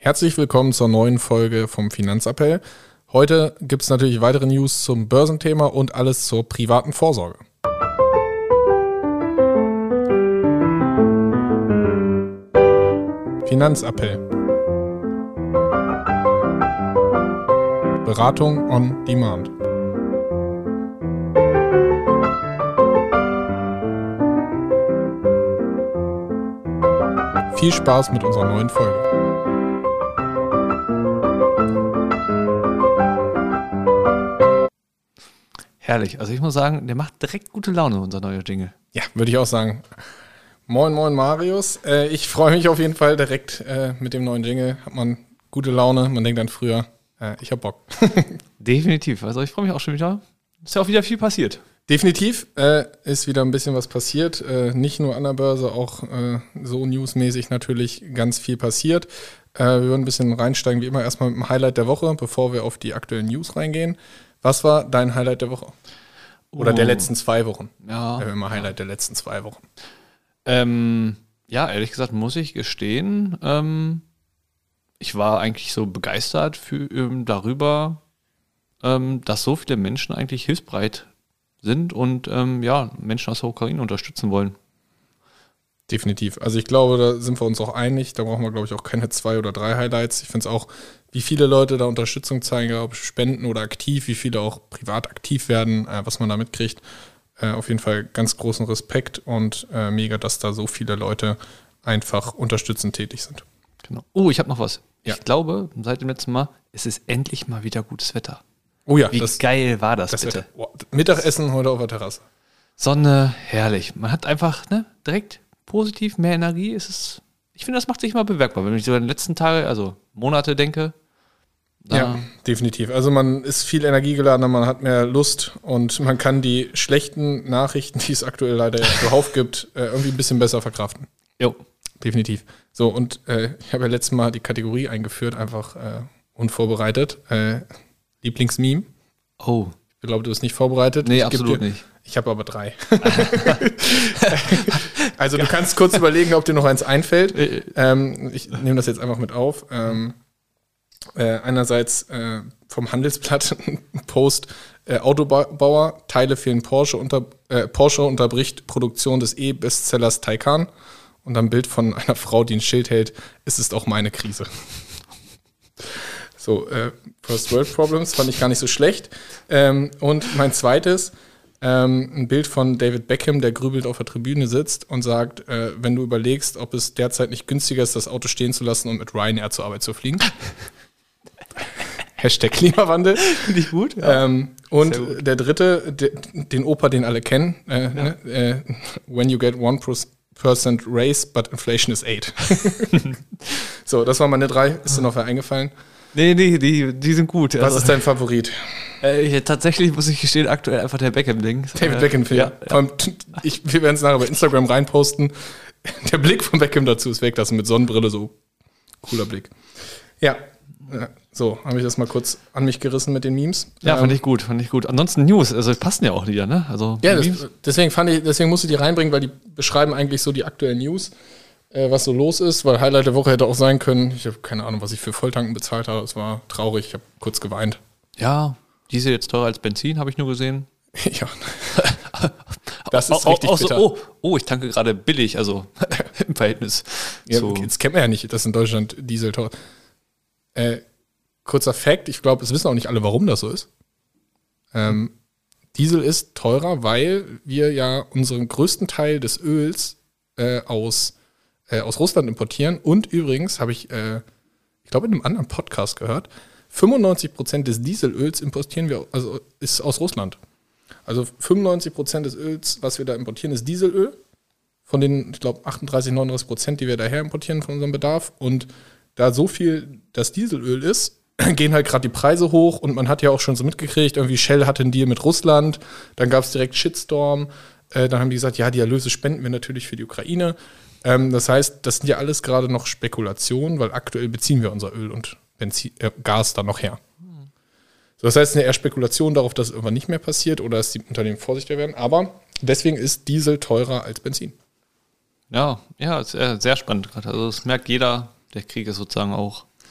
Herzlich willkommen zur neuen Folge vom Finanzappell. Heute gibt es natürlich weitere News zum Börsenthema und alles zur privaten Vorsorge. Finanzappell. Beratung on Demand. Viel Spaß mit unserer neuen Folge. Herrlich. Also ich muss sagen, der macht direkt gute Laune, unser neuer Jingle. Ja, würde ich auch sagen. Moin, moin Marius. Ich freue mich auf jeden Fall direkt mit dem neuen Jingle. Hat man gute Laune, man denkt an früher. Ich hab Bock. Definitiv. Also ich freue mich auch schon wieder. Ist ja auch wieder viel passiert. Definitiv ist wieder ein bisschen was passiert. Nicht nur an der Börse, auch so newsmäßig natürlich ganz viel passiert. Wir würden ein bisschen reinsteigen, wie immer, erstmal mit dem Highlight der Woche, bevor wir auf die aktuellen News reingehen. Was war dein Highlight der Woche? Oder der letzten 2 Wochen? Ja. Immer Highlight der letzten 2 Wochen. Ja, ehrlich gesagt muss ich gestehen, ich war eigentlich so begeistert darüber, dass so viele Menschen eigentlich hilfsbereit sind und Menschen aus der Ukraine unterstützen wollen. Definitiv. Also ich glaube, da sind wir uns auch einig. Da brauchen wir, glaube ich, auch keine 2 oder 3 Highlights. Ich finde es auch, wie viele Leute da Unterstützung zeigen, ob spenden oder aktiv, wie viele auch privat aktiv werden, was man da mitkriegt. Auf jeden Fall ganz großen Respekt und mega, dass da so viele Leute einfach unterstützend tätig sind. Genau. Oh, ich habe noch was. Ja. Ich glaube, seit dem letzten Mal, es ist endlich mal wieder gutes Wetter. Oh ja. Wie geil war das bitte? Mittagessen heute auf der Terrasse. Sonne, herrlich. Man hat einfach direkt positiv mehr Energie. Ich finde, das macht sich mal bemerkbar. Wenn ich so an die letzten Tage, also Monate denke. Ja, definitiv. Also man ist viel energiegeladener, man hat mehr Lust und man kann die schlechten Nachrichten, die es aktuell leider zuhauf gibt, irgendwie ein bisschen besser verkraften. Jo. Definitiv. So, und ich habe ja letztes Mal die Kategorie eingeführt, einfach unvorbereitet. Lieblingsmeme. Oh. Ich glaube, du bist nicht vorbereitet. Nee, absolut nicht. Ich habe aber 3. Also du kannst kurz überlegen, ob dir noch eins einfällt. Ich nehme das jetzt einfach mit auf. Einerseits vom Handelsblatt ein Post, Autobauer, Teile fehlen Porsche unterbricht Produktion des E-Bestsellers Taycan. Und dann ein Bild von einer Frau, die ein Schild hält, es ist auch meine Krise. So, First World Problems fand ich gar nicht so schlecht. Und mein zweites, ein Bild von David Beckham, der grübelt auf der Tribüne sitzt und sagt, wenn du überlegst, ob es derzeit nicht günstiger ist, das Auto stehen zu lassen und mit Ryanair zur Arbeit zu fliegen. Hashtag Klimawandel. Finde ich gut. Ja. Und der dritte, den Opa, den alle kennen, when you get 1% raise, but inflation is 8. So, das waren meine 3. Ist dir noch wer eingefallen? Nee, die sind gut. Was ist dein Favorit? Tatsächlich muss ich gestehen, aktuell einfach der Beckham-Ding. David Beckham-Film. Ja. Wir werden es nachher bei Instagram reinposten. Der Blick von Beckham dazu ist weg, das mit Sonnenbrille so. Cooler Blick. Ja, so, habe ich das mal kurz an mich gerissen mit den Memes. Ja, fand ich gut. Ansonsten News, also passen ja auch wieder, ne? Also ja, deswegen musste ich die reinbringen, weil die beschreiben eigentlich so die aktuellen News, was so los ist, weil Highlight der Woche hätte auch sein können. Ich habe keine Ahnung, was ich für Volltanken bezahlt habe. Es war traurig, ich habe kurz geweint. Ja, Diesel jetzt teurer als Benzin, habe ich nur gesehen. Ja. Das ist richtig bitter. Ich tanke gerade billig, also im Verhältnis. Ja, das kennt man ja nicht, dass in Deutschland Diesel teuer. Kurzer Fact, ich glaube, es wissen auch nicht alle, warum das so ist. Diesel ist teurer, weil wir ja unseren größten Teil des Öls aus Russland importieren. Und übrigens habe ich glaube, in einem anderen Podcast gehört, 95% des Dieselöls importieren wir, also ist aus Russland. Also 95% des Öls, was wir da importieren, ist Dieselöl. Von den, ich glaube, 38-39%, die wir daher importieren von unserem Bedarf. Und da so viel das Dieselöl ist, gehen halt gerade die Preise hoch. Und man hat ja auch schon so mitgekriegt, irgendwie Shell hatte einen Deal mit Russland. Dann gab es direkt Shitstorm. Dann haben die gesagt, ja, die Erlöse spenden wir natürlich für die Ukraine. Das heißt, das sind ja alles gerade noch Spekulationen, weil aktuell beziehen wir unser Öl und Gas dann noch her. So, das heißt, es ist eine eher Spekulation darauf, dass es irgendwann nicht mehr passiert oder dass die Unternehmen vorsichtiger werden. Aber deswegen ist Diesel teurer als Benzin. Ja, ist sehr spannend gerade. Also das merkt jeder, der Krieg ist sozusagen auch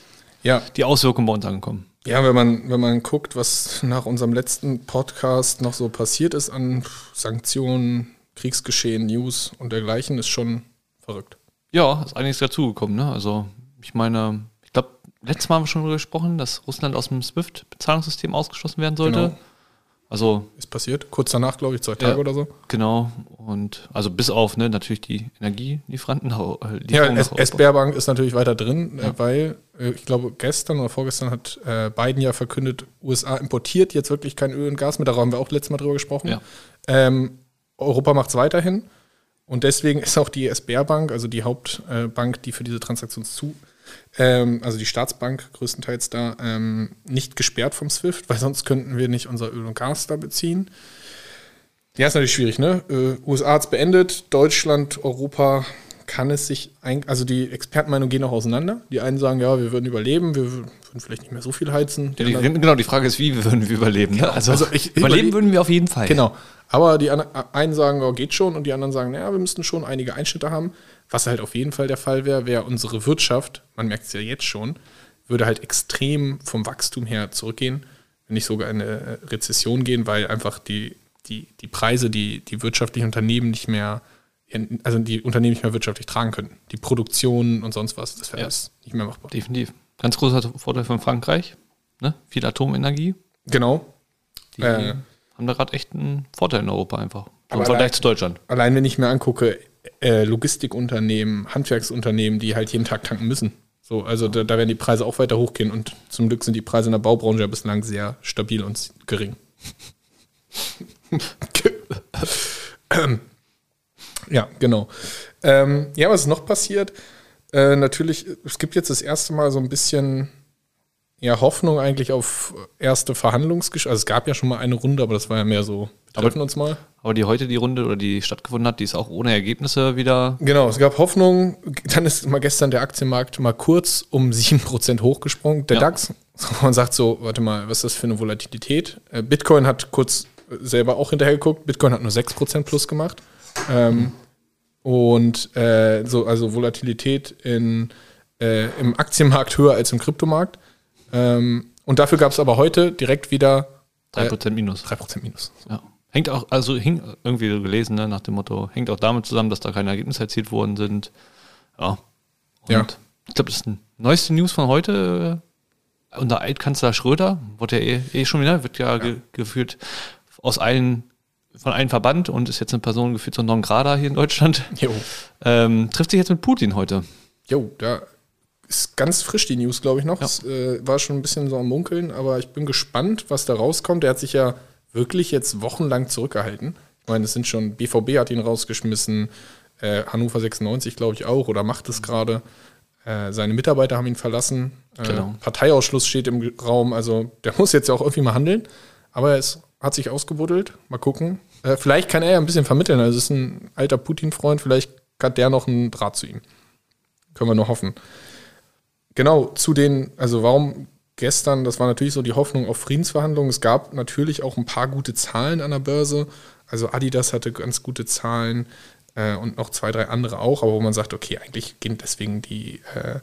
die Auswirkungen bei uns angekommen. Ja, wenn man guckt, was nach unserem letzten Podcast noch so passiert ist an Sanktionen, Kriegsgeschehen, News und dergleichen, ist schon verrückt. Ja, ist einiges dazugekommen, ne? Also, ich meine, ich glaube, letztes Mal haben wir schon darüber gesprochen, dass Russland aus dem SWIFT-Bezahlungssystem ausgeschlossen werden sollte. Genau. Also ist passiert, kurz danach, glaube ich, 2 Tage oder so. Genau, und also bis auf natürlich die Energielieferanten. Ja, S-Bank ist natürlich weiter drin, weil ich glaube, gestern oder vorgestern hat Biden ja verkündet, USA importiert jetzt wirklich kein Öl und Gas mehr, darüber haben wir auch letztes Mal drüber gesprochen. Ja. Europa macht es weiterhin und deswegen ist auch die S-Bank, also die Hauptbank, die für diese Transaktion also die Staatsbank größtenteils da, nicht gesperrt vom SWIFT, weil sonst könnten wir nicht unser Öl und Gas da beziehen. Ja, ist natürlich schwierig, ne? USA hat es beendet, Deutschland, Europa kann es sich also die Expertenmeinungen gehen auch auseinander. Die einen sagen, ja, wir würden überleben, wir würden vielleicht nicht mehr so viel heizen. Genau, die Frage ist, wie würden wir überleben? Ne? Also überleben würden wir auf jeden Fall. Genau, aber die einen sagen, oh, geht schon, und die anderen sagen, naja, wir müssten schon einige Einschnitte haben. Was halt auf jeden Fall der Fall wäre unsere Wirtschaft, man merkt es ja jetzt schon, würde halt extrem vom Wachstum her zurückgehen, wenn nicht sogar in eine Rezession gehen, weil einfach die Preise, die wirtschaftlichen Unternehmen nicht mehr, also die Unternehmen nicht mehr wirtschaftlich tragen könnten. Die Produktion und sonst was, das wäre alles nicht mehr machbar. Definitiv. Ganz großer Vorteil von Frankreich, ne? Viel Atomenergie. Genau. Die haben da gerade echt einen Vorteil in Europa einfach. Im Aber Vergleich zu Deutschland. Allein wenn ich mir angucke, Logistikunternehmen, Handwerksunternehmen, die halt jeden Tag tanken müssen. So, also da werden die Preise auch weiter hochgehen und zum Glück sind die Preise in der Baubranche ja bislang sehr stabil und gering. Ja, genau. Ja, was ist noch passiert? Natürlich, es gibt jetzt das erste Mal so ein bisschen Hoffnung eigentlich auf erste Verhandlungsgespräche. Also es gab ja schon mal eine Runde, aber das war ja mehr so, wir treffen uns mal. Aber die Runde, oder die stattgefunden hat, die ist auch ohne Ergebnisse wieder. Genau, es gab Hoffnung. Dann ist mal gestern der Aktienmarkt mal kurz um 7% hochgesprungen. Der DAX, man sagt so, warte mal, was ist das für eine Volatilität? Bitcoin hat kurz selber auch hinterher geguckt. Bitcoin hat nur 6% plus gemacht. Also Volatilität im Aktienmarkt höher als im Kryptomarkt. Und dafür gab es aber heute direkt wieder 3% Minus. 3% Minus. Ja. Hing irgendwie gelesen, ne, nach dem Motto, hängt auch damit zusammen, dass da keine Ergebnisse erzielt worden sind. Ja. Und ich glaube, das ist die neueste News von heute. Unter Altkanzler Schröder, wird ja schon wieder, wird geführt von einem Verband und ist jetzt eine Person geführt zur Non Grata hier in Deutschland. Jo. Trifft sich jetzt mit Putin heute. Jo, da ist ganz frisch die News, glaube ich, noch. Es war schon ein bisschen so am Munkeln, aber ich bin gespannt, was da rauskommt. Der hat sich ja wirklich jetzt wochenlang zurückgehalten. Ich meine, es sind schon, BVB hat ihn rausgeschmissen, Hannover 96, glaube ich, auch, oder macht es gerade. Seine Mitarbeiter haben ihn verlassen. Genau. Parteiausschluss steht im Raum, also der muss jetzt ja auch irgendwie mal handeln. Aber es hat sich ausgebuddelt. Mal gucken. Vielleicht kann er ja ein bisschen vermitteln. Also es ist ein alter Putin-Freund, vielleicht hat der noch einen Draht zu ihm. Können wir nur hoffen. Genau, also warum gestern, das war natürlich so die Hoffnung auf Friedensverhandlungen. Es gab natürlich auch ein paar gute Zahlen an der Börse. Also Adidas hatte ganz gute Zahlen und noch 2, 3 andere auch, aber wo man sagt, okay, eigentlich gehen deswegen die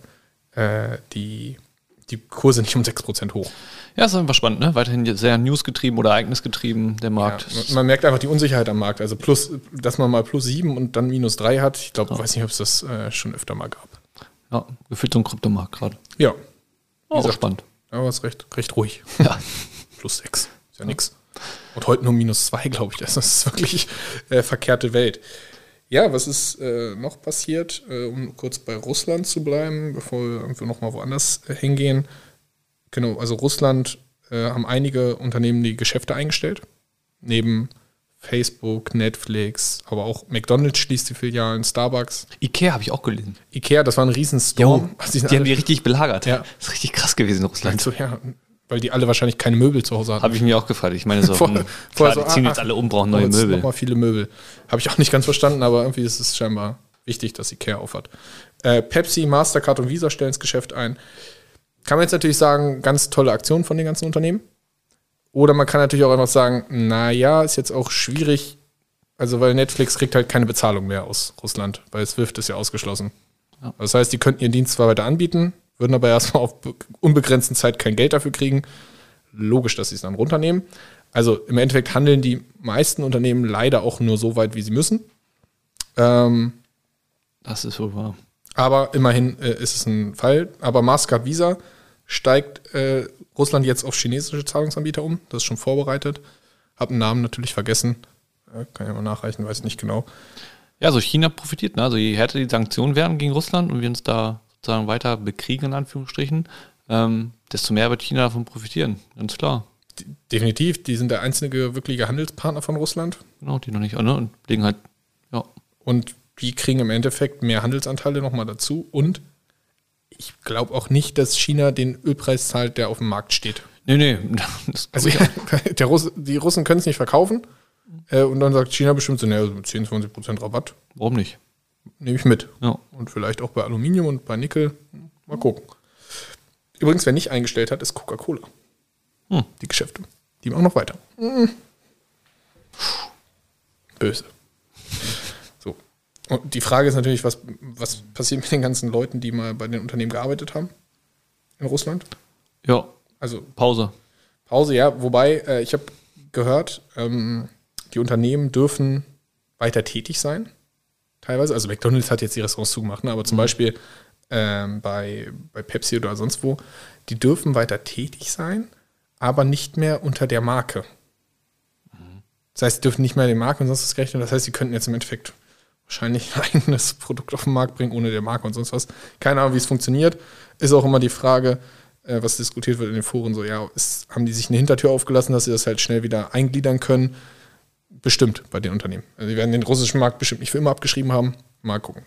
Kurse nicht um 6% hoch. Ja, ist einfach spannend, ne? Weiterhin sehr newsgetrieben oder ereignisgetrieben, der Markt. Ja, man merkt einfach die Unsicherheit am Markt. Also dass man mal +7 und dann -3 hat. Ich glaube, weiß nicht, ob es das schon öfter mal gab. Ja, gefühlt so ein Kryptomarkt gerade. Ja. Auch spannend. Aber es ist recht ruhig. Ja. +6. Ist ja nix. Und heute nur -2, glaube ich. Das ist wirklich verkehrte Welt. Ja, was ist noch passiert, um kurz bei Russland zu bleiben, bevor wir irgendwo nochmal woanders hingehen? Genau, also Russland haben einige Unternehmen die Geschäfte eingestellt. Neben Facebook, Netflix, aber auch McDonald's schließt die Filialen, Starbucks. Ikea habe ich auch gelesen. Ikea, das war ein Riesenstorm. Die haben die richtig belagert. Ja. Das ist richtig krass gewesen in Russland. Also, ja, weil die alle wahrscheinlich keine Möbel zu Hause hatten. Habe ich mir auch gefragt. Ich meine, so, die ziehen jetzt alle um, brauchen neue Möbel. Nochmal viele Möbel. Habe ich auch nicht ganz verstanden, aber irgendwie ist es scheinbar wichtig, dass Ikea aufhat. Pepsi, Mastercard und Visa stellen ins Geschäft ein. Kann man jetzt natürlich sagen, ganz tolle Aktion von den ganzen Unternehmen. Oder man kann natürlich auch einfach sagen, naja, ist jetzt auch schwierig, also weil Netflix kriegt halt keine Bezahlung mehr aus Russland, weil SWIFT ist ja ausgeschlossen. Ja. Das heißt, die könnten ihren Dienst zwar weiter anbieten, würden aber erstmal auf unbegrenzten Zeit kein Geld dafür kriegen. Logisch, dass sie es dann runternehmen. Also im Endeffekt handeln die meisten Unternehmen leider auch nur so weit, wie sie müssen. Das ist wohl wahr. Aber immerhin ist es ein Fall. Aber Mastercard Visa steigt Russland jetzt auf chinesische Zahlungsanbieter um. Das ist schon vorbereitet. Hab einen Namen natürlich vergessen. Kann ich mal nachreichen, weiß ich nicht genau. Ja, also China profitiert. Ne? Also je härter die Sanktionen werden gegen Russland und wir uns da sozusagen weiter bekriegen, in Anführungsstrichen, desto mehr wird China davon profitieren. Ganz klar. Definitiv. Die sind der einzige wirkliche Handelspartner von Russland. Genau, die noch nicht. Ne? Und legen halt, ja. Und die kriegen im Endeffekt mehr Handelsanteile nochmal dazu. Und ich glaube auch nicht, dass China den Ölpreis zahlt, der auf dem Markt steht. Nee. Also die Russen können es nicht verkaufen. Und dann sagt China bestimmt so, naja, 10-20% Rabatt. Warum nicht? Nehme ich mit. Ja. Und vielleicht auch bei Aluminium und bei Nickel. Mal gucken. Übrigens, wer nicht eingestellt hat, ist Coca-Cola. Die Geschäfte. Die machen noch weiter. Böse. So. Und die Frage ist natürlich, was passiert mit den ganzen Leuten, die mal bei den Unternehmen gearbeitet haben in Russland? Ja. Also Pause, ja. Wobei, ich habe gehört, die Unternehmen dürfen weiter tätig sein. Teilweise. Also McDonald's hat jetzt die Restaurants zugemacht, ne? Aber zum Beispiel bei Pepsi oder sonst wo, die dürfen weiter tätig sein, aber nicht mehr unter der Marke. Das heißt, sie dürfen nicht mehr die Marke und sonst was gerechnet. Das heißt, sie könnten jetzt im Endeffekt wahrscheinlich ein eigenes Produkt auf den Markt bringen, ohne der Marke und sonst was. Keine Ahnung, wie es funktioniert. Ist auch immer die Frage, was diskutiert wird in den Foren, so, ja, haben die sich eine Hintertür aufgelassen, dass sie das halt schnell wieder eingliedern können? Bestimmt bei den Unternehmen. Also die werden den russischen Markt bestimmt nicht für immer abgeschrieben haben. Mal gucken.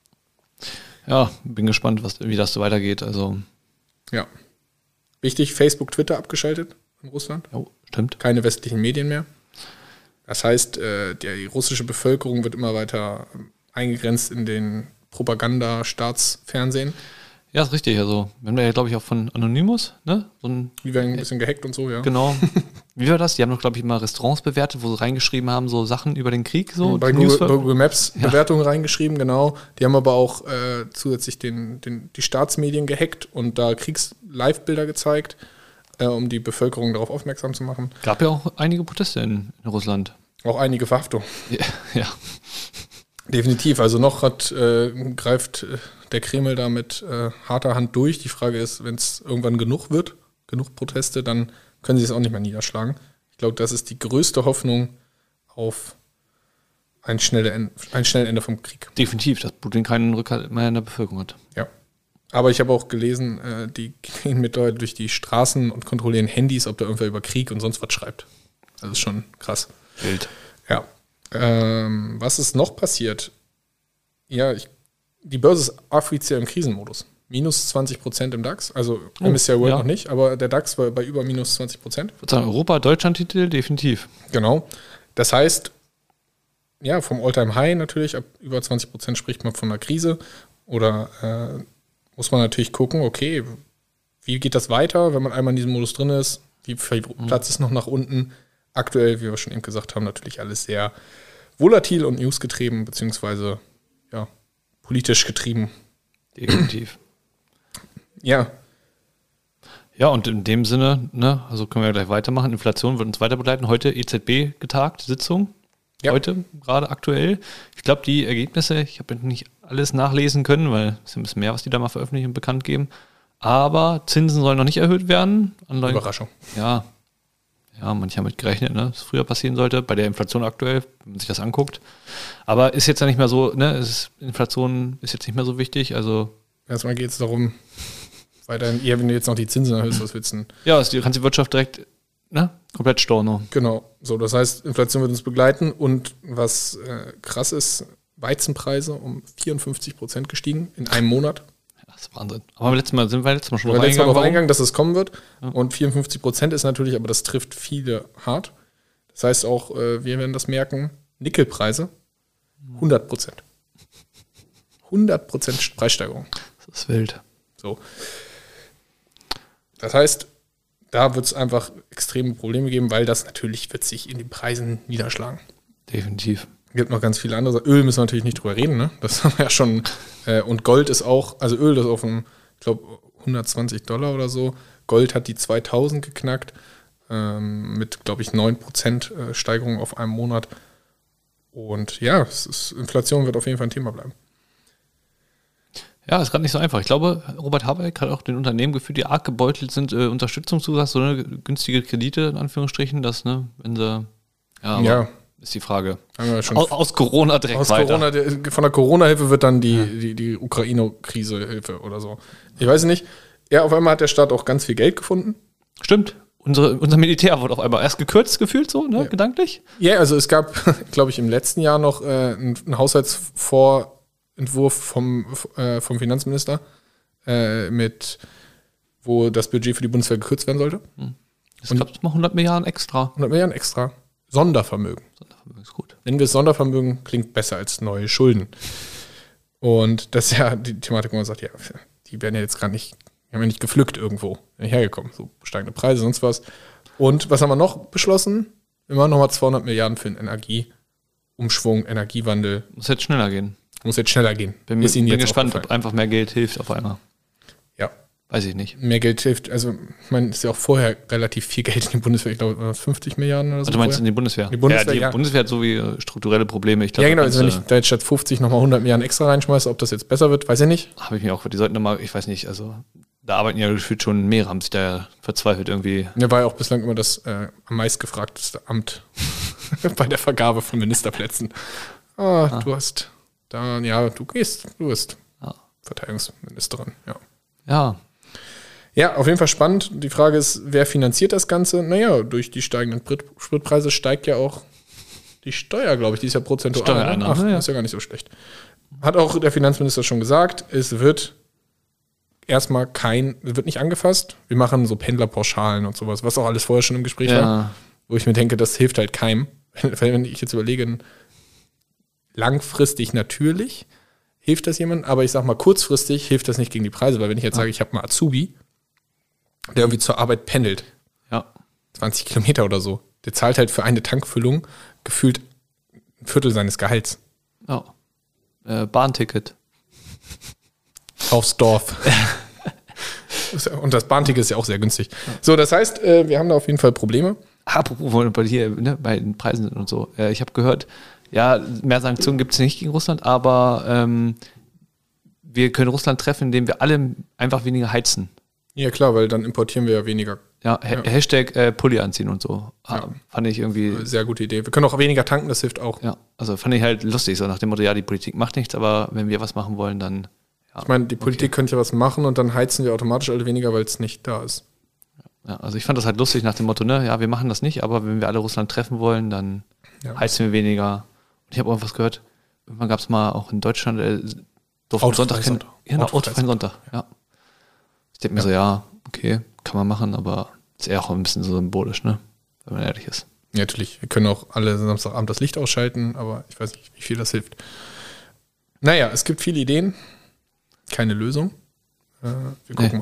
Ja, bin gespannt, wie das so weitergeht. Also ja. Wichtig, Facebook, Twitter abgeschaltet in Russland. Jo, stimmt. Keine westlichen Medien mehr. Das heißt, die russische Bevölkerung wird immer weiter eingegrenzt in den Propaganda-Staatsfernsehen. Ja, ist richtig. Also, wir haben ja, glaube ich, auch von Anonymous, ne? Die werden ein bisschen gehackt und so, ja. Genau. Wie war das? Die haben doch, glaube ich, mal Restaurants bewertet, wo sie reingeschrieben haben, so Sachen über den Krieg. So bei Google Maps Bewertungen reingeschrieben, genau. Die haben aber auch zusätzlich die Staatsmedien gehackt und da Kriegs-Live-Bilder gezeigt, um die Bevölkerung darauf aufmerksam zu machen. Gab ja auch einige Proteste in Russland. Auch einige Verhaftungen. Ja. Definitiv. Also noch greift der Kreml da mit harter Hand durch. Die Frage ist, wenn es irgendwann genug Proteste, dann können sie es auch nicht mehr niederschlagen. Ich glaube, das ist die größte Hoffnung auf ein schnelles Ende vom Krieg. Definitiv, dass Putin keinen Rückhalt mehr in der Bevölkerung hat. Ja. Aber ich habe auch gelesen, die gehen mittlerweile durch die Straßen und kontrollieren Handys, ob da irgendwer über Krieg und sonst was schreibt. Das ist schon krass. Wild. Ja. Was ist noch passiert? Ja, die Börse ist offiziell im Krisenmodus. Minus 20% im DAX. Also MSCI World noch nicht, aber der DAX war bei über minus 20%. Ich würde sagen, Europa-Deutschland-Titel definitiv. Genau. Das heißt, ja, vom All-Time-High natürlich, ab über 20% spricht man von einer Krise. Oder muss man natürlich gucken, okay, wie geht das weiter, wenn man einmal in diesem Modus drin ist? Wie viel Platz ist noch nach unten? Aktuell, wie wir schon eben gesagt haben, natürlich alles sehr volatil und newsgetrieben, beziehungsweise ja, politisch getrieben. Definitiv. Ja. Ja, und in dem Sinne, ne, also können wir gleich weitermachen. Inflation wird uns weiter begleiten. Heute EZB getagt, Sitzung. Ja. Heute, gerade aktuell. Ich glaube, die Ergebnisse, ich habe nicht alles nachlesen können, weil es ist ein bisschen mehr, was die da mal veröffentlichen und bekannt geben. Aber Zinsen sollen noch nicht erhöht werden. Überraschung. Ja, manche haben mit gerechnet, ne, dass es früher passieren sollte, bei der Inflation aktuell, wenn man sich das anguckt. Aber ist jetzt ja nicht mehr so, ne, Inflation ist jetzt nicht mehr so wichtig, also. Erstmal geht es darum, weiterhin, wenn du jetzt noch die Zinsen erhöhst, was willst du denn? Ja, du kannst die Wirtschaft direkt, ne, komplett stornen. Genau, so, das heißt, Inflation wird uns begleiten und was krass ist, Weizenpreise um 54% gestiegen in einem Monat. Das ist Wahnsinn. Aber sind wir letztes Mal schon drauf eingegangen, dass es kommen wird. Ja. Und 54% ist natürlich, aber das trifft viele hart. Das heißt auch, wir werden das merken, Nickelpreise 100%. 100% Preissteigerung. Das ist wild. So. Das heißt, da wird es einfach extreme Probleme geben, weil das natürlich wird sich in den Preisen niederschlagen. Definitiv. Es gibt noch ganz viele andere. Öl müssen wir natürlich nicht drüber reden, ne? Das haben wir ja schon. Und Gold ist auch, also Öl ist auf einem, ich glaube, $120 oder so. Gold hat die 2000 geknackt, mit, glaube ich, 9% Steigerung auf einem Monat. Und ja, Inflation wird auf jeden Fall ein Thema bleiben. Ja, ist gerade nicht so einfach. Ich glaube, Robert Habeck hat auch den Unternehmen gefühlt, die arg gebeutelt sind, Unterstützung zugesagt, so eine günstige Kredite, in Anführungsstrichen, das, ne, wenn sie, ja. Ist die Frage. Haben wir schon aus Corona direkt aus weiter. Von der Corona-Hilfe wird dann die Ukraine-Krise-Hilfe oder so. Ich weiß nicht. Ja, auf einmal hat der Staat auch ganz viel Geld gefunden. Stimmt. Unser Militär wurde auf einmal erst gekürzt gefühlt, so, ne, gedanklich. Ja, also es gab, glaube ich, im letzten Jahr noch einen Haushaltsvorentwurf vom Finanzminister, wo das Budget für die Bundeswehr gekürzt werden sollte. Es gab mal 100 Milliarden extra. 100 Milliarden extra. Sondervermögen. Sondervermögen ist gut. Nennen wir es Sondervermögen, klingt besser als neue Schulden. Und das ist ja die Thematik, wo man sagt, ja, die werden ja jetzt gar nicht, haben ja nicht gepflückt irgendwo hergekommen. So steigende Preise, sonst was. Und was haben wir noch beschlossen? Immer nochmal 200 Milliarden für den Energieumschwung, Energiewandel. Muss jetzt schneller gehen. Muss jetzt schneller gehen. Bin gespannt, ob einfach mehr Geld hilft auf einmal. Ja. Weiß ich nicht. Mehr Geld hilft. Also, ich meine, es ist ja auch vorher relativ viel Geld in die Bundeswehr. Ich glaube, 50 Milliarden oder so. Du meinst in die Bundeswehr? Die Bundeswehr, die Bundeswehr hat so wie strukturelle Probleme. Ich glaub, ja, genau. Also, wenn ich da jetzt statt 50 nochmal 100 Milliarden extra reinschmeiße, ob das jetzt besser wird, weiß ich nicht. Habe ich mir auch, die sollten nochmal, ich weiß nicht, also da arbeiten ja gefühlt schon mehrere, haben sich da ja verzweifelt irgendwie. Ja, war ja auch bislang immer das am meistgefragteste Amt bei der Vergabe von Ministerplätzen. Du hast da, ja, du bist Verteidigungsministerin, ja. Ja. Ja, auf jeden Fall spannend. Die Frage ist, wer finanziert das Ganze? Naja, durch die steigenden Spritpreise steigt ja auch die Steuer, glaube ich. Die ist ja prozentual. Steuereinnahme, Ist ja gar nicht so schlecht. Hat auch der Finanzminister schon gesagt, es wird erstmal wird nicht angefasst. Wir machen so Pendlerpauschalen und sowas, was auch alles vorher schon im Gespräch war. Wo ich mir denke, das hilft halt keinem. Wenn ich jetzt überlege, langfristig natürlich hilft das jemandem, aber ich sag mal, kurzfristig hilft das nicht gegen die Preise, weil wenn ich jetzt sage, ich habe einen Azubi, der irgendwie zur Arbeit pendelt, 20 Kilometer oder so, der zahlt halt für eine Tankfüllung gefühlt ein Viertel seines Gehalts. Ja. Bahnticket. Aufs Dorf. Und das Bahnticket ist ja auch sehr günstig. So, das heißt, wir haben da auf jeden Fall Probleme. Apropos, bei hier, ne, bei den Preisen und so. Ich habe gehört, ja, mehr Sanktionen gibt es nicht gegen Russland, aber wir können Russland treffen, indem wir alle einfach weniger heizen. Ja, klar, weil dann importieren wir ja weniger. Ja, Hashtag Pulli anziehen und so. Fand ich irgendwie. Sehr gute Idee. Wir können auch weniger tanken, das hilft auch. Ja, also fand ich halt lustig, so nach dem Motto, ja, die Politik macht nichts, aber wenn wir was machen wollen, dann. Ja, ich meine, die Politik könnte ja was machen und dann heizen wir automatisch alle weniger, weil es nicht da ist. Ja, also ich fand das halt lustig nach dem Motto, ne, ja, wir machen das nicht, aber wenn wir alle Russland treffen wollen, dann heizen wir weniger. Und ich habe auch was gehört, irgendwann gab es mal auch in Deutschland, durften Sonntag kennen. Ja, autofreien Sonntag, ja. Ich denke mir so, ja, okay, kann man machen, aber ist eher auch ein bisschen so symbolisch, ne? Wenn man ehrlich ist. Ja, natürlich. Wir können auch alle Samstagabend das Licht ausschalten, aber ich weiß nicht, wie viel das hilft. Naja, es gibt viele Ideen. Keine Lösung. Wir gucken mal.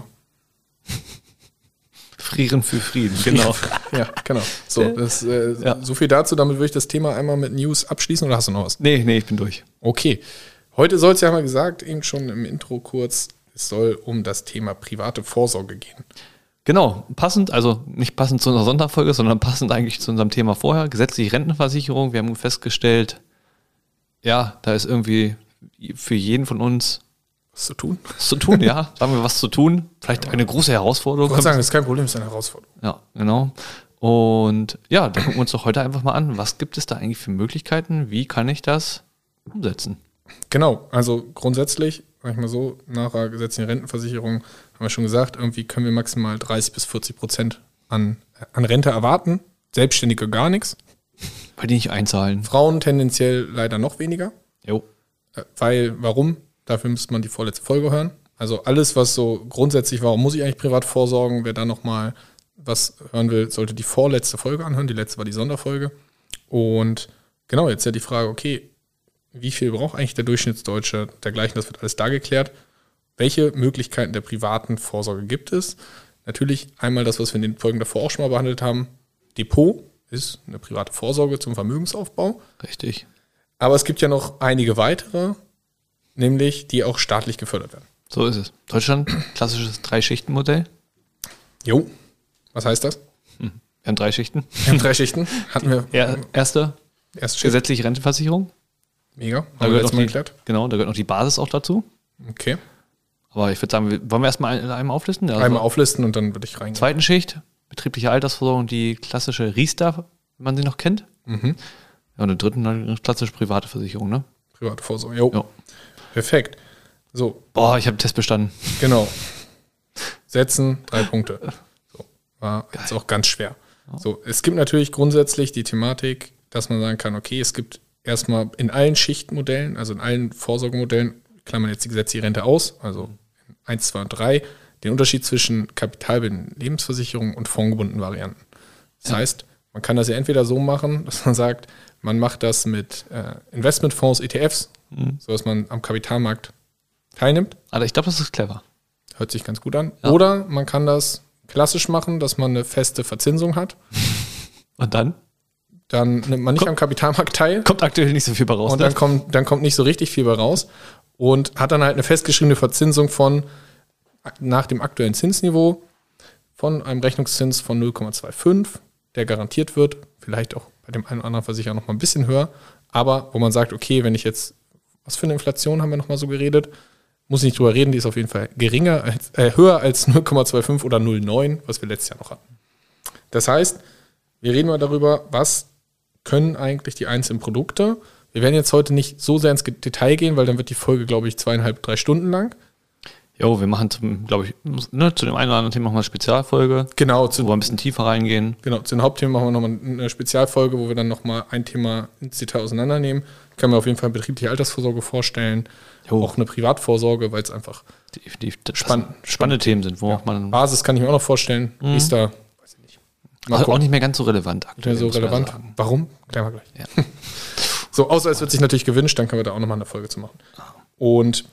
Frieren für Frieden, genau. Ja, genau. So, so viel dazu. Damit würde ich das Thema einmal mit News abschließen, oder hast du noch was? Nee, ich bin durch. Okay. Heute soll es ja mal gesagt, eben schon im Intro kurz, es soll um das Thema private Vorsorge gehen. Genau, passend, also nicht passend zu unserer Sonderfolge, sondern passend eigentlich zu unserem Thema vorher, gesetzliche Rentenversicherung. Wir haben festgestellt, ja, da ist irgendwie für jeden von uns was zu tun. Ja. Sagen wir, was zu tun. Vielleicht eine große Herausforderung. Ich würde sagen, das ist kein Problem, das ist eine Herausforderung. Ja, genau. Und ja, da gucken wir uns doch heute einfach mal an, was gibt es da eigentlich für Möglichkeiten? Wie kann ich das umsetzen? Genau, also grundsätzlich, sag ich mal so, nach der gesetzlichen Rentenversicherung haben wir schon gesagt, irgendwie können wir maximal 30-40% an Rente erwarten. Selbstständige gar nichts. Weil die nicht einzahlen. Frauen tendenziell leider noch weniger. Jo. Warum? Dafür müsste man die vorletzte Folge hören. Also alles, was so grundsätzlich, warum muss ich eigentlich privat vorsorgen, wer da nochmal was hören will, sollte die vorletzte Folge anhören. Die letzte war die Sonderfolge. Und genau, jetzt ja die Frage, okay, wie viel braucht eigentlich der Durchschnittsdeutsche? Dergleichen, das wird alles da geklärt. Welche Möglichkeiten der privaten Vorsorge gibt es? Natürlich einmal das, was wir in den Folgen davor auch schon mal behandelt haben. Depot ist eine private Vorsorge zum Vermögensaufbau. Richtig. Aber es gibt ja noch einige weitere, nämlich die auch staatlich gefördert werden. So ist es. Deutschland, klassisches 3-Schichten-Modell. Jo. Was heißt das? Wir haben 3 Schichten. Wir haben 3 Schichten. Hatten wir. Erste Schicht. gesetzliche Rentenversicherung. Mega. Da gehört noch da gehört noch die Basis auch dazu. Okay. Aber ich würde sagen, wollen wir erstmal einmal auflisten? Also einmal auflisten und dann würde ich reingehen. Zweiten Schicht, betriebliche Altersversorgung, die klassische Riester, wenn man sie noch kennt. Mhm. Ja, und in der dritten dann eine klassische private Versicherung, ne? Private Vorsorge. Jo. Ja. Perfekt. So. Boah, ich habe den Test bestanden. Genau. Setzen, 3 Punkte. So. War jetzt auch ganz schwer. Ja. So. Es gibt natürlich grundsätzlich die Thematik, dass man sagen kann, okay, es gibt erstmal in allen Schichtmodellen, also in allen Vorsorgemodellen, klammern jetzt die gesetzliche Rente aus, also 1, 2 und 3, den Unterschied zwischen kapitalbildenden Lebensversicherungen und fondgebundenen Varianten. Das heißt, man kann das ja entweder so machen, dass man sagt, man macht das mit Investmentfonds, ETFs, sodass man am Kapitalmarkt teilnimmt. Aber ich glaube, das ist clever. Hört sich ganz gut an. Ja. Oder man kann das klassisch machen, dass man eine feste Verzinsung hat. Und dann? Dann nimmt man nicht am Kapitalmarkt teil. Kommt aktuell nicht so viel bei raus. Und dann kommt nicht so richtig viel bei raus. Und hat dann halt eine festgeschriebene Verzinsung von nach dem aktuellen Zinsniveau von einem Rechnungszins von 0,25, der garantiert wird. Vielleicht auch bei dem einen oder anderen Versicherer noch mal ein bisschen höher. Aber wo man sagt, okay, wenn ich jetzt, was für eine Inflation haben wir noch mal so geredet? Muss ich nicht drüber reden, die ist auf jeden Fall höher als 0,25 oder 0,9, was wir letztes Jahr noch hatten. Das heißt, wir reden mal darüber, was können eigentlich die einzelnen Produkte. Wir werden jetzt heute nicht so sehr ins Detail gehen, weil dann wird die Folge, glaube ich, 2,5, 3 Stunden lang. Jo, wir machen, glaube ich, zu dem einen oder anderen Thema nochmal eine Spezialfolge. Genau. Wo wir ein bisschen tiefer reingehen. Genau, zu den Hauptthemen machen wir nochmal eine Spezialfolge, wo wir dann nochmal ein Thema ins Detail auseinandernehmen. Ich kann mir auf jeden Fall betriebliche Altersvorsorge vorstellen. Jo. Auch eine Privatvorsorge, weil es einfach spannende Themen sind. Wo auch man Basis kann ich mir auch noch vorstellen. Riester, weiß ich nicht. Also auch nicht mehr ganz so relevant aktuell. So relevant. Warum? Klären wir gleich. Ja. So, außer es wird sich natürlich gewünscht, dann können wir da auch nochmal eine Folge zu machen. Und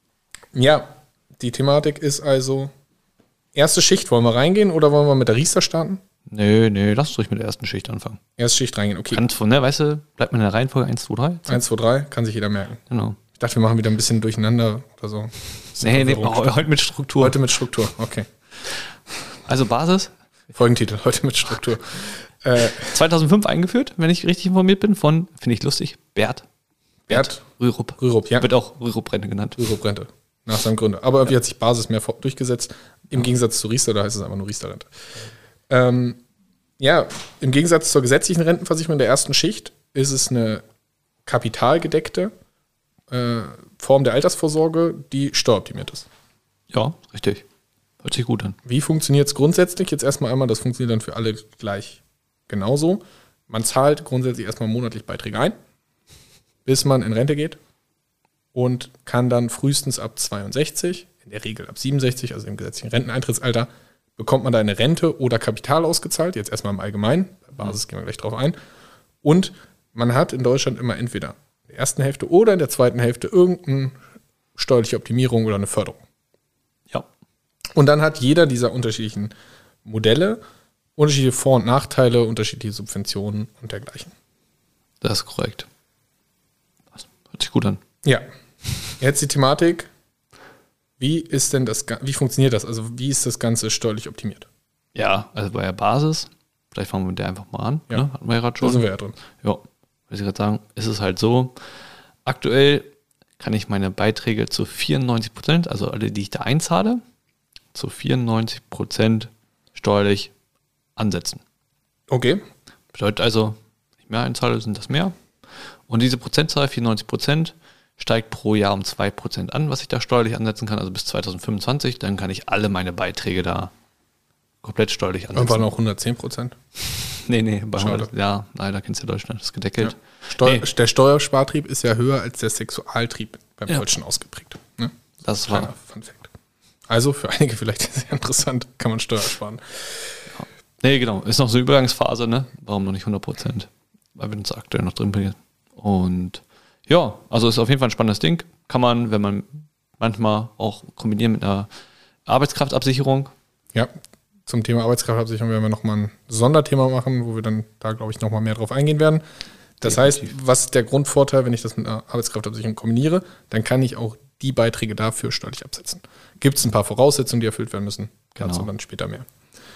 ja, die Thematik ist also, erste Schicht, wollen wir reingehen oder wollen wir mit der Riester starten? Nee, lass uns ruhig mit der ersten Schicht anfangen. Erste Schicht reingehen, okay. Ganz von, ne, weißt du, bleibt man in der Reihenfolge 1, 2, 3? 1, 2, 3, kann sich jeder merken. Genau. Ich dachte, wir machen wieder ein bisschen durcheinander oder so. Nee, heute mit Struktur. Heute mit Struktur, okay. Also Basis? Folgentitel, heute mit Struktur. 2005 eingeführt, wenn ich richtig informiert bin, von, finde ich lustig, Bert Rürup. Rürup, ja. Wird auch Rürup-Rente genannt. Rürup-Rente, nach seinem Gründer. Aber irgendwie hat sich Basis mehr durchgesetzt. Im Gegensatz zu Riester, da heißt es einfach nur Riester-Rente. Ja, im Gegensatz zur gesetzlichen Rentenversicherung in der ersten Schicht ist es eine kapitalgedeckte Form der Altersvorsorge, die steueroptimiert ist. Ja, richtig. Hört sich gut an. Wie funktioniert es grundsätzlich? Jetzt erstmal einmal, das funktioniert dann für alle gleich genauso. Man zahlt grundsätzlich erstmal monatlich Beiträge ein, bis man in Rente geht und kann dann frühestens ab 62, in der Regel ab 67, also im gesetzlichen Renteneintrittsalter, bekommt man da eine Rente oder Kapital ausgezahlt, jetzt erstmal im Allgemeinen, bei Basis gehen wir gleich drauf ein. Und man hat in Deutschland immer entweder in der ersten Hälfte oder in der zweiten Hälfte irgendeine steuerliche Optimierung oder eine Förderung. Ja. Und dann hat jeder dieser unterschiedlichen Modelle unterschiedliche Vor- und Nachteile, unterschiedliche Subventionen und dergleichen. Das ist korrekt. Hört sich gut an. Ja. Jetzt die Thematik. Wie funktioniert das? Also wie ist das Ganze steuerlich optimiert? Ja, also bei der Basis, vielleicht fangen wir mit der einfach mal an. Ja. Ne? Hatten wir ja gerade schon. Da sind wir ja drin. Ja, was ich gerade sagen, ist es halt so, aktuell kann ich meine Beiträge zu 94%, also alle, die ich da einzahle, zu 94% steuerlich ansetzen. Okay. Bedeutet also, wenn ich mehr einzahle, sind das mehr. Und diese Prozentzahl, 94%, steigt pro Jahr um 2% an, was ich da steuerlich ansetzen kann, also bis 2025. Dann kann ich alle meine Beiträge da komplett steuerlich ansetzen. Irgendwann auch 110%? Nee, bei 100, ja, leider kennst du Deutschland, das ist gedeckelt. Ja. Der Steuerspartrieb ist ja höher als der Sexualtrieb beim Deutschen ausgeprägt. Ne? Das war Fun Fact. Also für einige vielleicht sehr interessant, kann man Steuer sparen. Ja. Nee, genau, ist noch so eine Übergangsphase, ne? Warum noch nicht 100%? Weil wir uns aktuell noch drin bringen. Und ja, also ist auf jeden Fall ein spannendes Ding. Kann man, wenn man manchmal auch kombinieren mit einer Arbeitskraftabsicherung. Ja, zum Thema Arbeitskraftabsicherung werden wir nochmal ein Sonderthema machen, wo wir dann da, glaube ich, nochmal mehr drauf eingehen werden. Das heißt, was ist der Grundvorteil, wenn ich das mit einer Arbeitskraftabsicherung kombiniere? Dann kann ich auch die Beiträge dafür steuerlich absetzen. Gibt es ein paar Voraussetzungen, die erfüllt werden müssen. Dazu Genau. dann später mehr.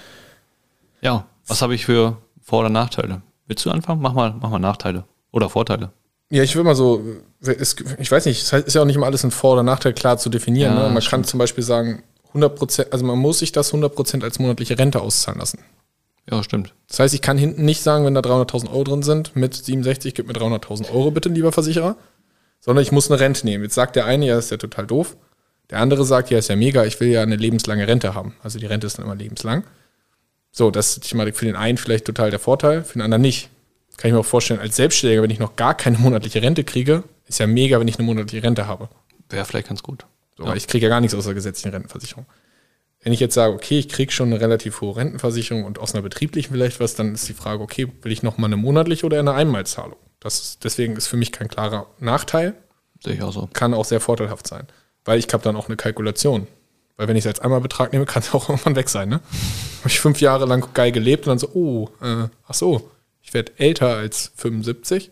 Ja, was habe ich für Vor- oder Nachteile? Willst du anfangen? Mach mal Nachteile oder Vorteile. Ja, ich will mal so, ich weiß nicht, es ist ja auch nicht immer alles ein Vor- oder Nachteil klar zu definieren. Ja, Ne? Man stimmt. kann zum Beispiel sagen, 100%, also man muss sich das 100% als monatliche Rente auszahlen lassen. Ja, stimmt. Das heißt, ich kann hinten nicht sagen, wenn da 300.000 Euro drin sind, mit 67, gib mir 300.000 Euro bitte, lieber Versicherer, sondern ich muss eine Rente nehmen. Jetzt sagt der eine, ja, ist ja total doof. Der andere sagt, ja, ist ja mega, ich will ja eine lebenslange Rente haben. Also die Rente ist dann immer lebenslang. So, das ist mal für den einen vielleicht total der Vorteil, für den anderen nicht. Kann ich mir auch vorstellen, als Selbstständiger, wenn ich noch gar keine monatliche Rente kriege, ist ja mega, wenn ich eine monatliche Rente habe. Wäre vielleicht ganz gut. So, weil ich kriege ja gar nichts aus der gesetzlichen Rentenversicherung. Wenn ich jetzt sage, okay, ich kriege schon eine relativ hohe Rentenversicherung und aus einer betrieblichen vielleicht was, dann ist die Frage, okay, will ich noch mal eine monatliche oder eine Einmalzahlung? Deswegen ist für mich kein klarer Nachteil, Sehe ich auch so. kann auch sehr vorteilhaft sein, weil ich habe dann auch eine Kalkulation. Weil wenn ich es als Einmalbetrag nehme, kann es auch irgendwann weg sein. Ne? Habe ich 5 Jahre lang geil gelebt und dann so, ach so, ich werde älter als 75.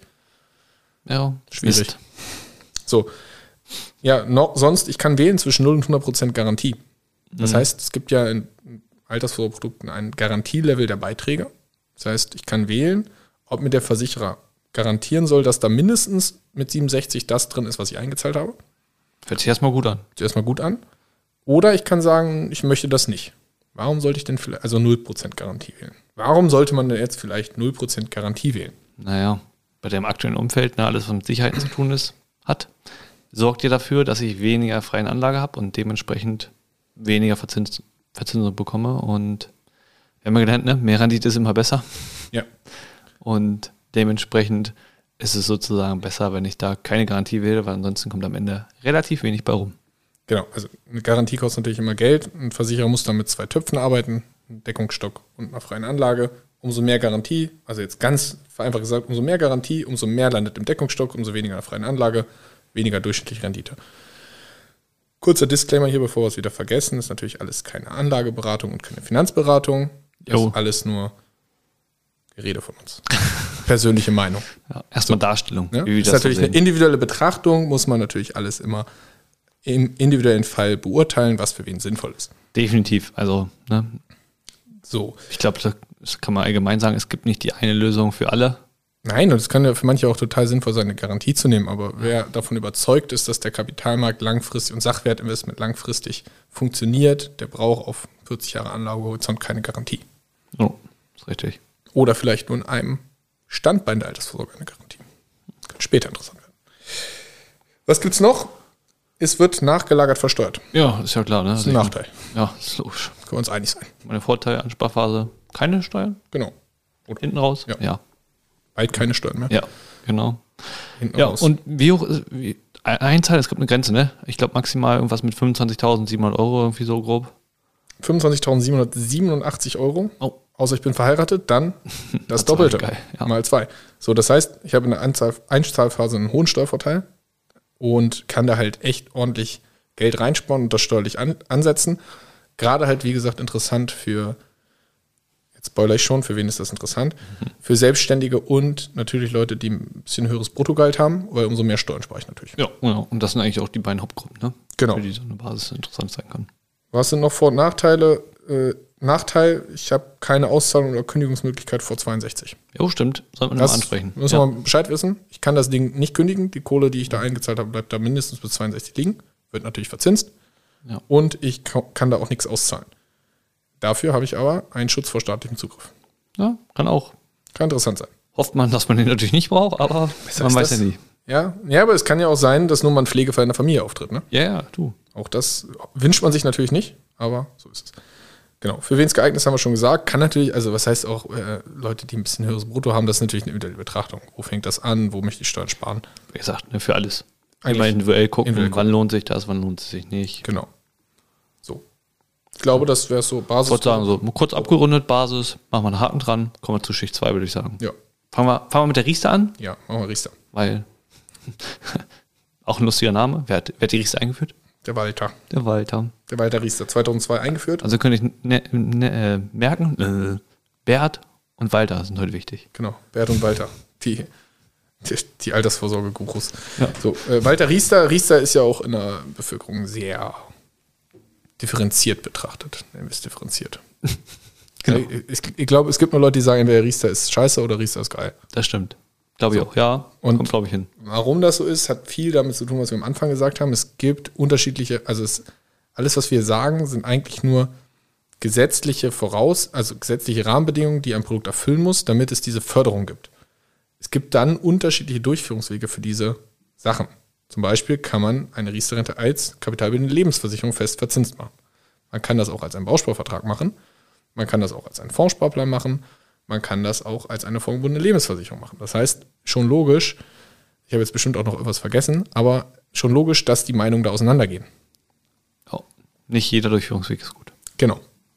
Ja, Schwierig. Mist. So, ja, sonst, ich kann wählen zwischen 0 und 100% Garantie. Das heißt, es gibt ja in Altersvorsorgeprodukten ein Garantielevel der Beiträge. Das heißt, ich kann wählen, ob mir der Versicherer garantieren soll, dass da mindestens mit 67 das drin ist, was ich eingezahlt habe. Hört sich erstmal gut an. Sieht erstmal gut an. Oder ich kann sagen, ich möchte das nicht. Warum sollte ich denn vielleicht, also 0% Garantie wählen? Warum sollte man denn jetzt vielleicht 0% Garantie wählen? Naja, bei dem aktuellen Umfeld, alles, was mit Sicherheiten zu tun ist, sorgt ihr dafür, dass ich weniger freie Anlage habe und dementsprechend weniger Verzinsung bekomme. Und wir haben ja gelernt, ne? Mehr Rendite ist immer besser. Ja. Und dementsprechend ist es sozusagen besser, wenn ich da keine Garantie wähle, weil ansonsten kommt am Ende relativ wenig bei rum. Genau, also eine Garantie kostet natürlich immer Geld. Ein Versicherer muss dann mit 2 Töpfen arbeiten, einem Deckungsstock und einer freien Anlage. Umso mehr Garantie, also jetzt ganz vereinfacht gesagt, umso mehr Garantie, umso mehr landet im Deckungsstock, umso weniger in der freien Anlage, weniger durchschnittliche Rendite. Kurzer Disclaimer hier, bevor wir es wieder vergessen, ist natürlich alles keine Anlageberatung und keine Finanzberatung. Das Jo. ist alles nur Gerede von uns. Persönliche Meinung. Ja, erstmal Darstellung. Ne? Wie wir Ist das natürlich so eine sehen. individuelle Betrachtung, muss man natürlich alles immer im individuellen Fall beurteilen, was für wen sinnvoll ist. Definitiv. Also, ne, So. ich glaube, das kann man allgemein sagen, es gibt nicht die eine Lösung für alle. Nein, und es kann ja für manche auch total sinnvoll sein, eine Garantie zu nehmen, aber wer davon überzeugt ist, dass der Kapitalmarkt langfristig und Sachwertinvestment langfristig funktioniert, der braucht auf 40 Jahre Anlagehorizont keine Garantie. Oh, ist richtig. Oder vielleicht nur in einem Standbein der Altersvorsorge eine Garantie. Das kann später interessant werden. Was gibt's noch? Es wird nachgelagert versteuert. Ja, ist ja klar. Ne? Das ist ein Nachteil. Ja, ist logisch. Können wir uns einig sein. Meine Vorteile an Sparphase, keine Steuern, Genau. hinten raus. Ja. Ja, Bald keine Steuern mehr. ja, genau. Hinten Ja, raus. und wie hoch ist, Einzahl, es gibt eine Grenze, ne? Ich glaube maximal irgendwas mit 25.700 Euro, irgendwie so grob. 25.787 Euro. Oh. Außer ich bin verheiratet, dann das Mal Doppelte. zwei, geil, ja. Mal 2. So, das heißt, ich habe in der Einzahlphase einen hohen Steuervorteil und kann da halt echt ordentlich Geld reinsparen und das steuerlich ansetzen. Gerade halt, wie gesagt, interessant für, jetzt spoilere ich schon, für wen ist das interessant? Für Selbstständige und natürlich Leute, die ein bisschen höheres Bruttogehalt haben, weil umso mehr Steuern spare ich natürlich. Ja, genau. Und das sind eigentlich auch die beiden Hauptgruppen, ne? Genau. Für die so eine Basis interessant sein kann. Was sind noch Vor- und Nachteile? Nachteil, ich habe keine Auszahlung oder Kündigungsmöglichkeit vor 62. Jo, stimmt. Sollten wir Das mal ansprechen. müssen wir mal Bescheid wissen. Ich kann das Ding nicht kündigen. Die Kohle, die ich da eingezahlt habe, bleibt da mindestens bis 62 liegen. Wird natürlich verzinst. Ja. Und ich kann da auch nichts auszahlen. Dafür habe ich aber einen Schutz vor staatlichem Zugriff. Ja, kann auch. Kann interessant sein. Hofft man, dass man den natürlich nicht braucht, aber Besser man ist weiß das. ja nie. Ja, aber es kann ja auch sein, dass nur mal ein Pflegefall in der Familie auftritt. Ne? Ja, ja, du. Auch das wünscht man sich natürlich nicht, aber so ist es. Genau. Für wen es geeignet ist, haben wir schon gesagt. Kann natürlich, also was heißt auch, Leute, die ein bisschen höheres Brutto haben, das ist natürlich eine individuelle Betrachtung. Wo fängt das an? Wo möchte ich Steuern sparen? Wie gesagt, ne, für alles. Eigentlich Immer individuell gucken, individuell wann lohnt sich das, wann lohnt es sich nicht. Genau. So. Ich glaube, das wäre so Basis. Ich wollte sagen, so kurz abgerundet, Basis, machen wir einen Haken dran, kommen wir zu Schicht 2, würde ich sagen. Ja, Fangen wir mit der Riester an, ja, machen wir Riester. weil auch ein lustiger Name. Wer hat die Riester eingeführt? Der Walter. Der Walter. Der Walter Riester, 2002 eingeführt. Also könnte ich merken, Bert und Walter sind heute wichtig. Genau, Bert und Walter. Die Die Altersvorsorge-Gurus. Ja. So, Walter Riester. Riester ist ja auch in der Bevölkerung sehr differenziert betrachtet. Nennen wir es differenziert. Genau. Ich glaube, es gibt nur Leute, die sagen, entweder Riester ist scheiße oder Riester ist geil. Das stimmt. Glaube ich auch, ja. Und kommt, glaube ich, hin. Warum das so ist, hat viel damit zu tun, was wir am Anfang gesagt haben. Es gibt unterschiedliche, alles, was wir sagen, sind eigentlich nur gesetzliche gesetzliche Rahmenbedingungen, die ein Produkt erfüllen muss, damit es diese Förderung gibt. Es gibt dann unterschiedliche Durchführungswege für diese Sachen. Zum Beispiel kann man eine Riester-Rente als kapitalbildende Lebensversicherung fest verzinst machen. Man kann das auch als einen Bausparvertrag machen. Man kann das auch als einen Fondssparplan machen. Man kann das auch als eine vorgebundene Lebensversicherung machen. Das heißt, schon logisch, ich habe jetzt bestimmt auch noch etwas vergessen, aber schon logisch, dass die Meinungen da auseinandergehen. Oh, nicht jeder Durchführungsweg ist gut. Genau.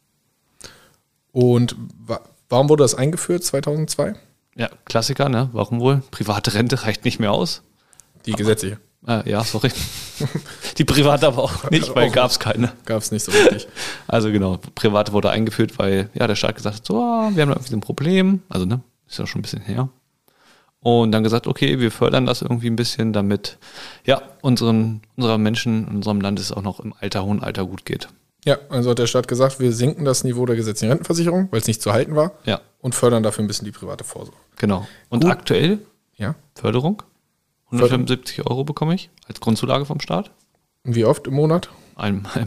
Und warum wurde das eingeführt 2002? Ja, Klassiker, ne? Warum wohl? Private Rente reicht nicht mehr aus. Die gesetzliche. Ja, sorry. Die private aber auch nicht, weil gab es keine. Gab es nicht so richtig. Also genau, private wurde eingeführt, weil ja der Staat gesagt hat, so, wir haben da irgendwie so ein Problem. Also ne, ist ja schon ein bisschen her. Und dann gesagt, okay, wir fördern das irgendwie ein bisschen, damit ja unserer Menschen in unserem Land es auch noch im hohen Alter gut geht. Ja, also hat der Staat gesagt, wir senken das Niveau der gesetzlichen Rentenversicherung, weil es nicht zu halten war. Ja. Und fördern dafür ein bisschen die private Vorsorge. Genau. Und Gut. aktuell Ja. Förderung. 175 Euro bekomme ich als Grundzulage vom Staat. Und wie oft im Monat? Einmal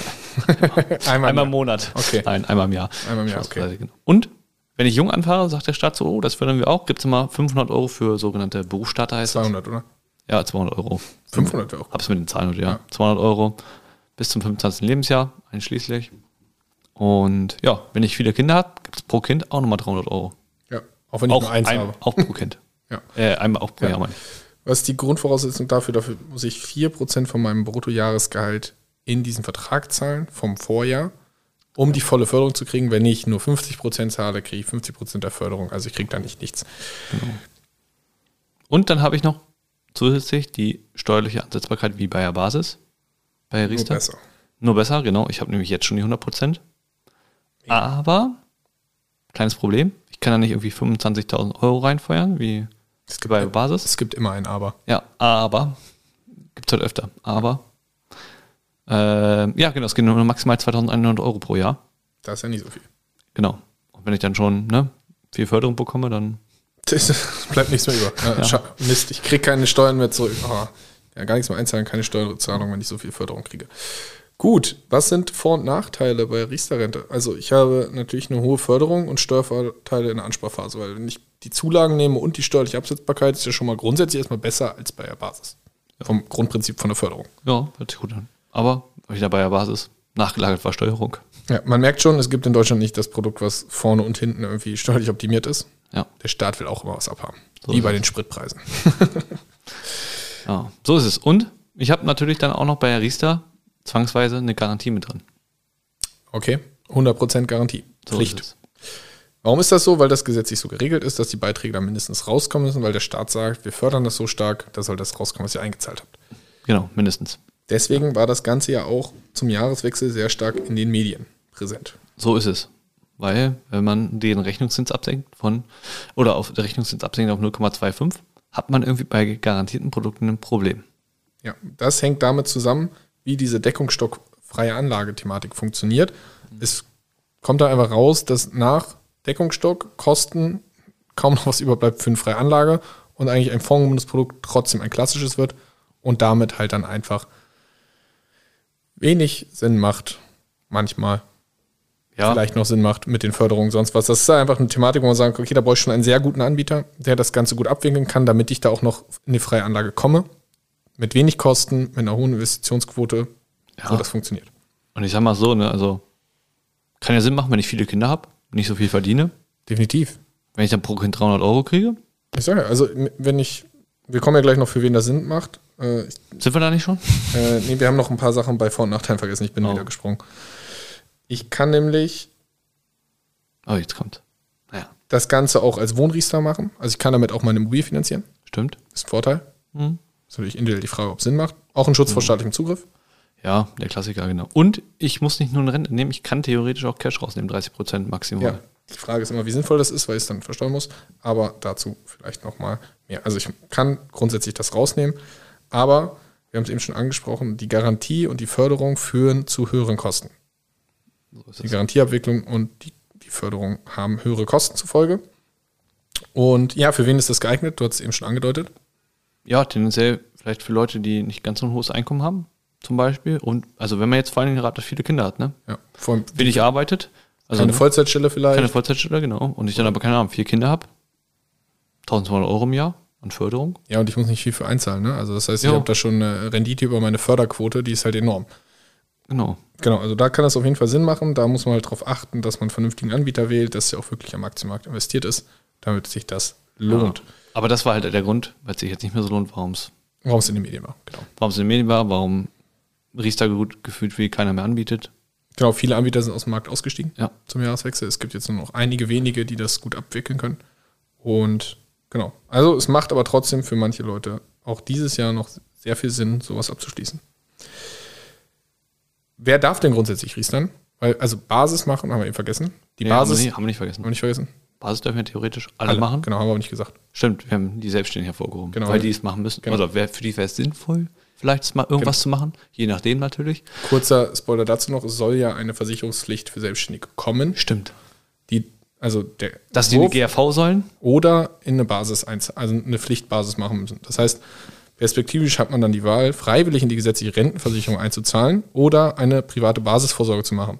Einmal im Monat. Okay. Nein, einmal im Jahr. Einmal im Jahr, okay. Genau. Und wenn ich jung anfahre, sagt der Staat so, oh, das fördern wir auch, gibt es immer 500 Euro für sogenannte Berufsstarter, heißt 200, oder? das. Ja, 200 Euro. 500 wäre auch gut. Hab's mit den Zahlen, ja. Ja. 200 Euro bis zum 25. Lebensjahr einschließlich. Und ja, wenn ich viele Kinder habe, gibt es pro Kind auch nochmal 300 Euro. Ja, auch wenn ich nur eins habe. Auch pro Kind. Ja. Einmal auch pro Ja. Jahr, meine ich. Was ist die Grundvoraussetzung dafür? Dafür muss ich 4% von meinem Bruttojahresgehalt in diesen Vertrag zahlen vom Vorjahr, um die volle Förderung zu kriegen. Wenn ich nur 50% zahle, kriege ich 50% der Förderung. Also ich kriege da nicht nichts. Genau. Und dann habe ich noch zusätzlich die steuerliche Ansetzbarkeit wie bei der Basis. Bei Nur Riester. besser. Nur besser, genau. Ich habe nämlich jetzt schon die 100%. Ja. Aber, kleines Problem, ich kann da nicht irgendwie 25.000 Euro reinfeuern, wie Es gibt, bei der Basis. es gibt immer ein Aber. Ja, aber, gibt es halt öfter, aber, ja genau, es geht nur maximal 2.100 Euro pro Jahr. Das ist ja nicht so viel. Genau. Und wenn ich dann schon viel Förderung bekomme, dann, Das bleibt nichts mehr über. Ja. Mist, ich kriege keine Steuern mehr zurück. Ja, gar nichts mehr einzahlen, keine Steuerzahlung, wenn ich so viel Förderung kriege. Gut, was sind Vor- und Nachteile bei Riester-Rente? Also ich habe natürlich eine hohe Förderung und Steuervorteile in der Ansparphase, weil wenn ich die Zulagen nehme und die steuerliche Absetzbarkeit, ist ja schon mal grundsätzlich erstmal besser als bei der Basis. Vom Grundprinzip von der Förderung. ja, hört sich gut an. Aber, wieder bei der Basis, nachgelagert Versteuerung. Ja, man merkt schon, es gibt in Deutschland nicht das Produkt, was vorne und hinten irgendwie steuerlich optimiert ist. Ja. Der Staat will auch immer was abhaben. So Wie ist bei es. den Spritpreisen. Ja, so ist es. Und ich habe natürlich dann auch noch bei der Riester zwangsweise eine Garantie mit drin. Okay, 100% Garantie. So Pflicht. ist es. Warum ist das so? Weil das gesetzlich so geregelt ist, dass die Beiträge dann mindestens rauskommen müssen, weil der Staat sagt, wir fördern das so stark, da soll das rauskommen, was ihr eingezahlt habt. Genau, mindestens. Deswegen war das Ganze ja auch zum Jahreswechsel sehr stark in den Medien präsent. So ist es. Weil, wenn man den Rechnungszins absenkt oder auf der Rechnungszins absenkt auf 0,25, hat man irgendwie bei garantierten Produkten ein Problem. Ja, das hängt damit zusammen, wie diese deckungsstockfreie Anlagethematik funktioniert. Es kommt da einfach raus, dass nach Deckungsstock Kosten kaum noch was überbleibt für eine freie Anlage und eigentlich ein fondgebundenes Produkt trotzdem ein klassisches wird und damit halt dann einfach wenig Sinn macht, manchmal. Ja, Vielleicht noch Sinn macht mit den Förderungen, sonst was. Das ist einfach eine Thematik, wo man sagt, okay, da brauche ich schon einen sehr guten Anbieter, der das Ganze gut abwickeln kann, damit ich da auch noch in die freie Anlage komme. Mit wenig Kosten, mit einer hohen Investitionsquote, Ja. so das funktioniert. Und ich sag mal so, also kann ja Sinn machen, wenn ich viele Kinder habe, nicht so viel verdiene. Definitiv. Wenn ich dann pro Kind 300 Euro kriege, Ich sage ja, also wir kommen ja gleich noch, für wen das Sinn macht. sind wir da nicht schon? Nee, wir haben noch ein paar Sachen bei Vor- und Nachteilen vergessen, ich bin Oh. wieder gesprungen. Ich kann nämlich Oh, jetzt kommt. Naja, das Ganze auch als Wohnriester machen. Also ich kann damit auch meine Immobilie finanzieren. stimmt. Das ist ein Vorteil. Hm. Das ist natürlich individuell die Frage, ob es Sinn macht. Auch ein Schutz vor staatlichem Zugriff. Ja, der Klassiker, genau. Und ich muss nicht nur eine Rente nehmen, ich kann theoretisch auch Cash rausnehmen, 30% maximal. Ja. Die Frage ist immer, wie sinnvoll das ist, weil ich es dann versteuern muss. Aber dazu vielleicht nochmal mehr. Also ich kann grundsätzlich das rausnehmen. Aber, wir haben es eben schon angesprochen, die Garantie und die Förderung führen zu höheren Kosten. So ist Die es. Garantieabwicklung und die Förderung haben höhere Kosten zur Folge. Und ja, für wen ist das geeignet? Du hast es eben schon angedeutet. Ja, tendenziell vielleicht für Leute, die nicht ganz so ein hohes Einkommen haben, zum Beispiel. Und also wenn man jetzt vor allem gerade viele Kinder hat, ne? Ja, vor allem Wenig arbeitet, also keine ne? Vollzeitstelle vielleicht. Keine Vollzeitstelle, genau. Und ich dann aber, keine Ahnung, 4 Kinder habe, 1.200 Euro im Jahr an Förderung. Ja, und ich muss nicht viel für einzahlen. Ne? Also das heißt, Jo. ich habe da schon eine Rendite über meine Förderquote, die ist halt enorm. Genau. Genau, also da kann das auf jeden Fall Sinn machen. Da muss man halt darauf achten, dass man einen vernünftigen Anbieter wählt, dass er auch wirklich am Aktienmarkt investiert ist, damit sich das lohnt. Ja. Aber das war halt der Grund, weil es sich jetzt nicht mehr so lohnt, warum es Warum es in den Medien war. Genau. in den Medien war, warum Riester gut gefühlt wie keiner mehr anbietet. Genau, viele Anbieter sind aus dem Markt ausgestiegen Ja. zum Jahreswechsel. Es gibt jetzt nur noch einige wenige, die das gut abwickeln können. Und genau, also es macht aber trotzdem für manche Leute auch dieses Jahr noch sehr viel Sinn, sowas abzuschließen. Wer darf denn grundsätzlich Riestern? Weil, also Basis machen, haben wir eben vergessen. Die Nee, Basis haben wir nicht vergessen. haben wir nicht vergessen. Basis dürfen wir theoretisch alle machen. Genau, haben wir aber nicht gesagt. Stimmt, wir haben die Selbstständigen hervorgehoben, Genau. weil die es machen müssen. Genau. Also für die wäre es sinnvoll, vielleicht mal irgendwas zu machen, je nachdem natürlich. Kurzer Spoiler dazu noch, es soll ja eine Versicherungspflicht für Selbstständige kommen, Stimmt. die, also der Dass die eine Entwurf GAV sollen? oder in eine Basis, also eine Pflichtbasis machen müssen. Das heißt, perspektivisch hat man dann die Wahl, freiwillig in die gesetzliche Rentenversicherung einzuzahlen oder eine private Basisvorsorge zu machen.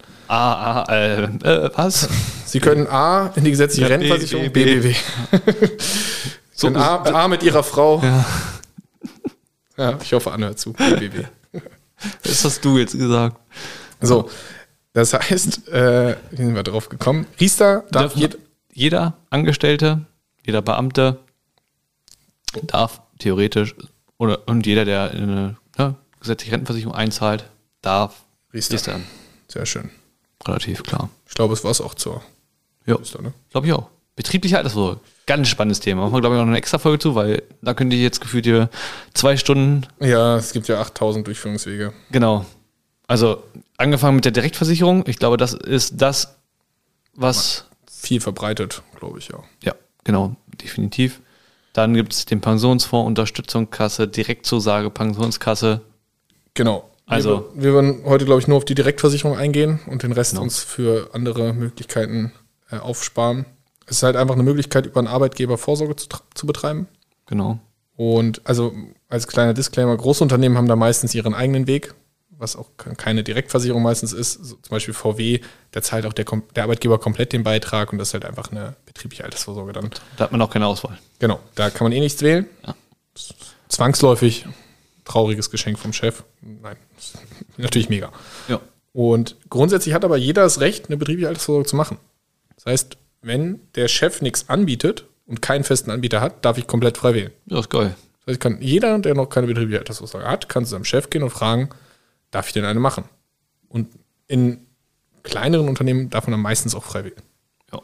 Was? Sie können A in die gesetzliche Ja, Rentenversicherung, B. BBW. So, Können A mit ihrer Frau. Ja, ich hoffe, Anne hört zu. BBW. das hast du jetzt gesagt. So, das heißt, wie sind wir drauf gekommen? Riester darf Jeder Angestellte, jeder Beamte darf theoretisch, und jeder, der in eine gesetzliche Rentenversicherung einzahlt, darf Riester. an. Sehr schön. Relativ klar. Ich glaube, es war es auch zur Ja, Riester, ne? glaube ich auch. Betriebliche Altersvorsorge. Ganz spannendes Thema. Machen wir, glaube ich, noch eine extra Folge zu, weil da könnte ich jetzt gefühlt hier 2 Stunden. Ja, es gibt ja 8000 Durchführungswege. Genau. Also angefangen mit der Direktversicherung. Ich glaube, das ist das, was. Viel verbreitet, glaube ich, ja. Ja, genau, definitiv. Dann gibt es den Pensionsfonds, Unterstützungskasse, Direktzusage, Pensionskasse. Genau. Also- wir werden heute, glaube ich, nur auf die Direktversicherung eingehen und den Rest Genau. uns für Möglichkeiten aufsparen. Es ist halt einfach eine Möglichkeit, über einen Arbeitgeber Vorsorge zu betreiben. Genau. Und also als kleiner Disclaimer, große Unternehmen haben da meistens ihren eigenen Weg, was auch keine Direktversicherung meistens ist. So, zum Beispiel VW, da zahlt auch der Arbeitgeber komplett den Beitrag und das ist halt einfach eine betriebliche Altersvorsorge dann. Da hat man auch keine Auswahl. Genau, da kann man eh nichts wählen. Ja. Zwangsläufig, trauriges Geschenk vom Chef. Nein, ist natürlich mega. Ja. Und grundsätzlich hat aber jeder das Recht, eine betriebliche Altersvorsorge zu machen. Das heißt, wenn der Chef nichts anbietet und keinen festen Anbieter hat, darf ich komplett frei wählen. Ja, ist geil. Das heißt, kann jeder, der noch keine betriebliche Altersvorsorge hat, kann zu seinem Chef gehen und fragen, darf ich denn eine machen? Und in kleineren Unternehmen darf man dann meistens auch frei wählen. Ja.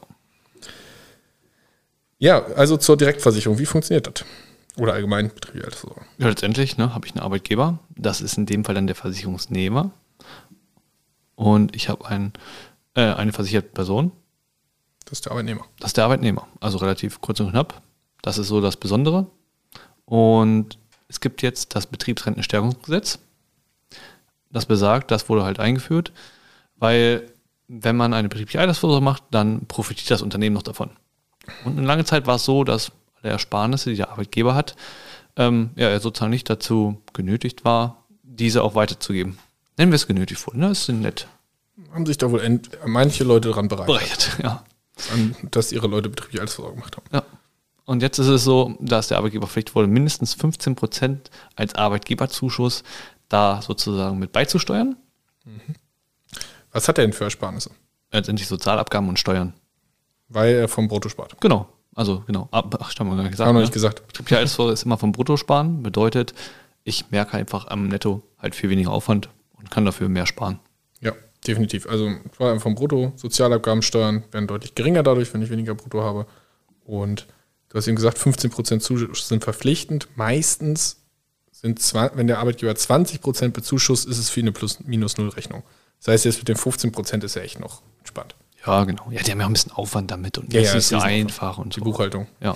Ja, also zur Direktversicherung. Wie funktioniert das? Oder allgemein betriebliche Altersvorsorge. Ja, letztendlich habe ich einen Arbeitgeber. Das ist in dem Fall dann der Versicherungsnehmer. Und ich habe eine versicherte Person. Das ist der Arbeitnehmer. Das ist der Arbeitnehmer. Also relativ kurz und knapp. Das ist so das Besondere. Und es gibt jetzt das Betriebsrentenstärkungsgesetz. Das besagt, das wurde halt eingeführt, weil wenn man eine betriebliche Altersvorsorge macht, dann profitiert das Unternehmen noch davon. Und eine lange Zeit war es so, dass alle Ersparnisse, die der Arbeitgeber hat, er sozusagen nicht dazu genötigt war, diese auch weiterzugeben. Nennen wir es genötigt wurde, ne? Das ist nett. Haben sich da wohl manche Leute daran Bereichert, ja. dass ihre Leute betriebliche Altersvorsorge gemacht haben. Ja. Und jetzt ist es so, dass der Arbeitgeber verpflichtet wurde, mindestens 15% als Arbeitgeberzuschuss da sozusagen mit beizusteuern. Was hat er denn für Ersparnisse? Letztendlich Sozialabgaben und Steuern. Weil er vom Brutto spart. Genau. Also genau. Ach, haben wir gar nicht gesagt. Haben wir noch ne? nicht gesagt. Betriebliche Altersvorsorge ist immer vom Brutto sparen. Bedeutet, ich merke einfach am Netto halt viel weniger Aufwand und kann dafür mehr sparen. Ja, definitiv. Also vor allem vom Brutto, Sozialabgaben, Steuern werden deutlich geringer dadurch, wenn ich weniger Brutto habe. Und du hast eben gesagt, 15% Zuschuss sind verpflichtend. Meistens wenn der Arbeitgeber 20% bezuschusst, ist es für eine Plus-Minus-Null-Rechnung. Das heißt, jetzt mit den 15% ist er echt noch entspannt. Ja, genau. Ja, die haben ja auch ein bisschen Aufwand damit und Ja, das ja, ist nicht so ist einfach und Die so. Buchhaltung. Ja.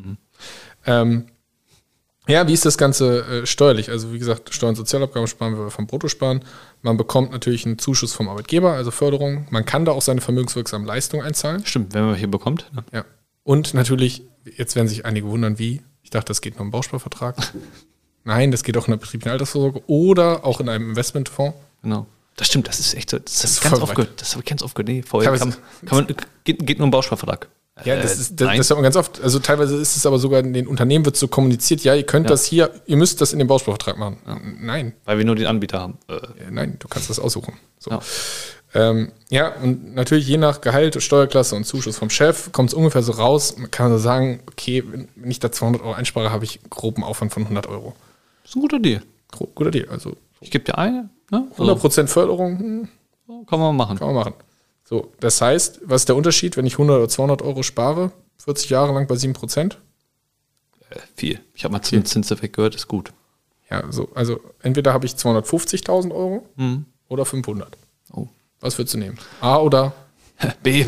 Ja, wie ist das Ganze steuerlich? Also wie gesagt, Steuern und Sozialabgaben sparen wir vom Bruttosparen. Man bekommt natürlich einen Zuschuss vom Arbeitgeber, also Förderung. Man kann da auch seine vermögenswirksamen Leistungen einzahlen. Stimmt, wenn man hier bekommt. Ne? Ja. Und natürlich, jetzt werden sich einige wundern, wie. Ich dachte, das geht nur im Bausparvertrag. Nein, das geht auch in der betrieblichen Altersvorsorge oder auch in einem Investmentfonds. Genau. Das stimmt, das ist echt so. Das ist habe ich ganz voll oft gehört. Das habe ich ganz oft gehört. Nee, vorher geht nur im Bausparvertrag. Ja, das hört man ganz oft. Also teilweise ist es aber sogar in den Unternehmen wird so kommuniziert, ja, ihr könnt das hier, ihr müsst das in den Bausparvertrag machen. Ja. Nein. Weil wir nur den Anbieter haben. Nein, du kannst das aussuchen. So. Ja. Und natürlich je nach Gehalt, Steuerklasse und Zuschuss vom Chef kommt es ungefähr so raus. Man kann also sagen, okay, wenn ich da 200 Euro einspare, habe ich groben Aufwand von 100 Euro. Das ist ein guter Deal. Guter Deal. Also Ich gebe dir eine. Ne? 100% Förderung, kann man machen. kann man machen. So, das heißt, was ist der Unterschied, wenn ich 100 oder 200 Euro spare, 40 Jahre lang bei 7%? Viel. Ich habe mal zu dem Zinseffekt gehört, ist gut. Ja, so, also entweder habe ich 250.000 Euro oder 500. Oh. Was würdest du nehmen? A oder B.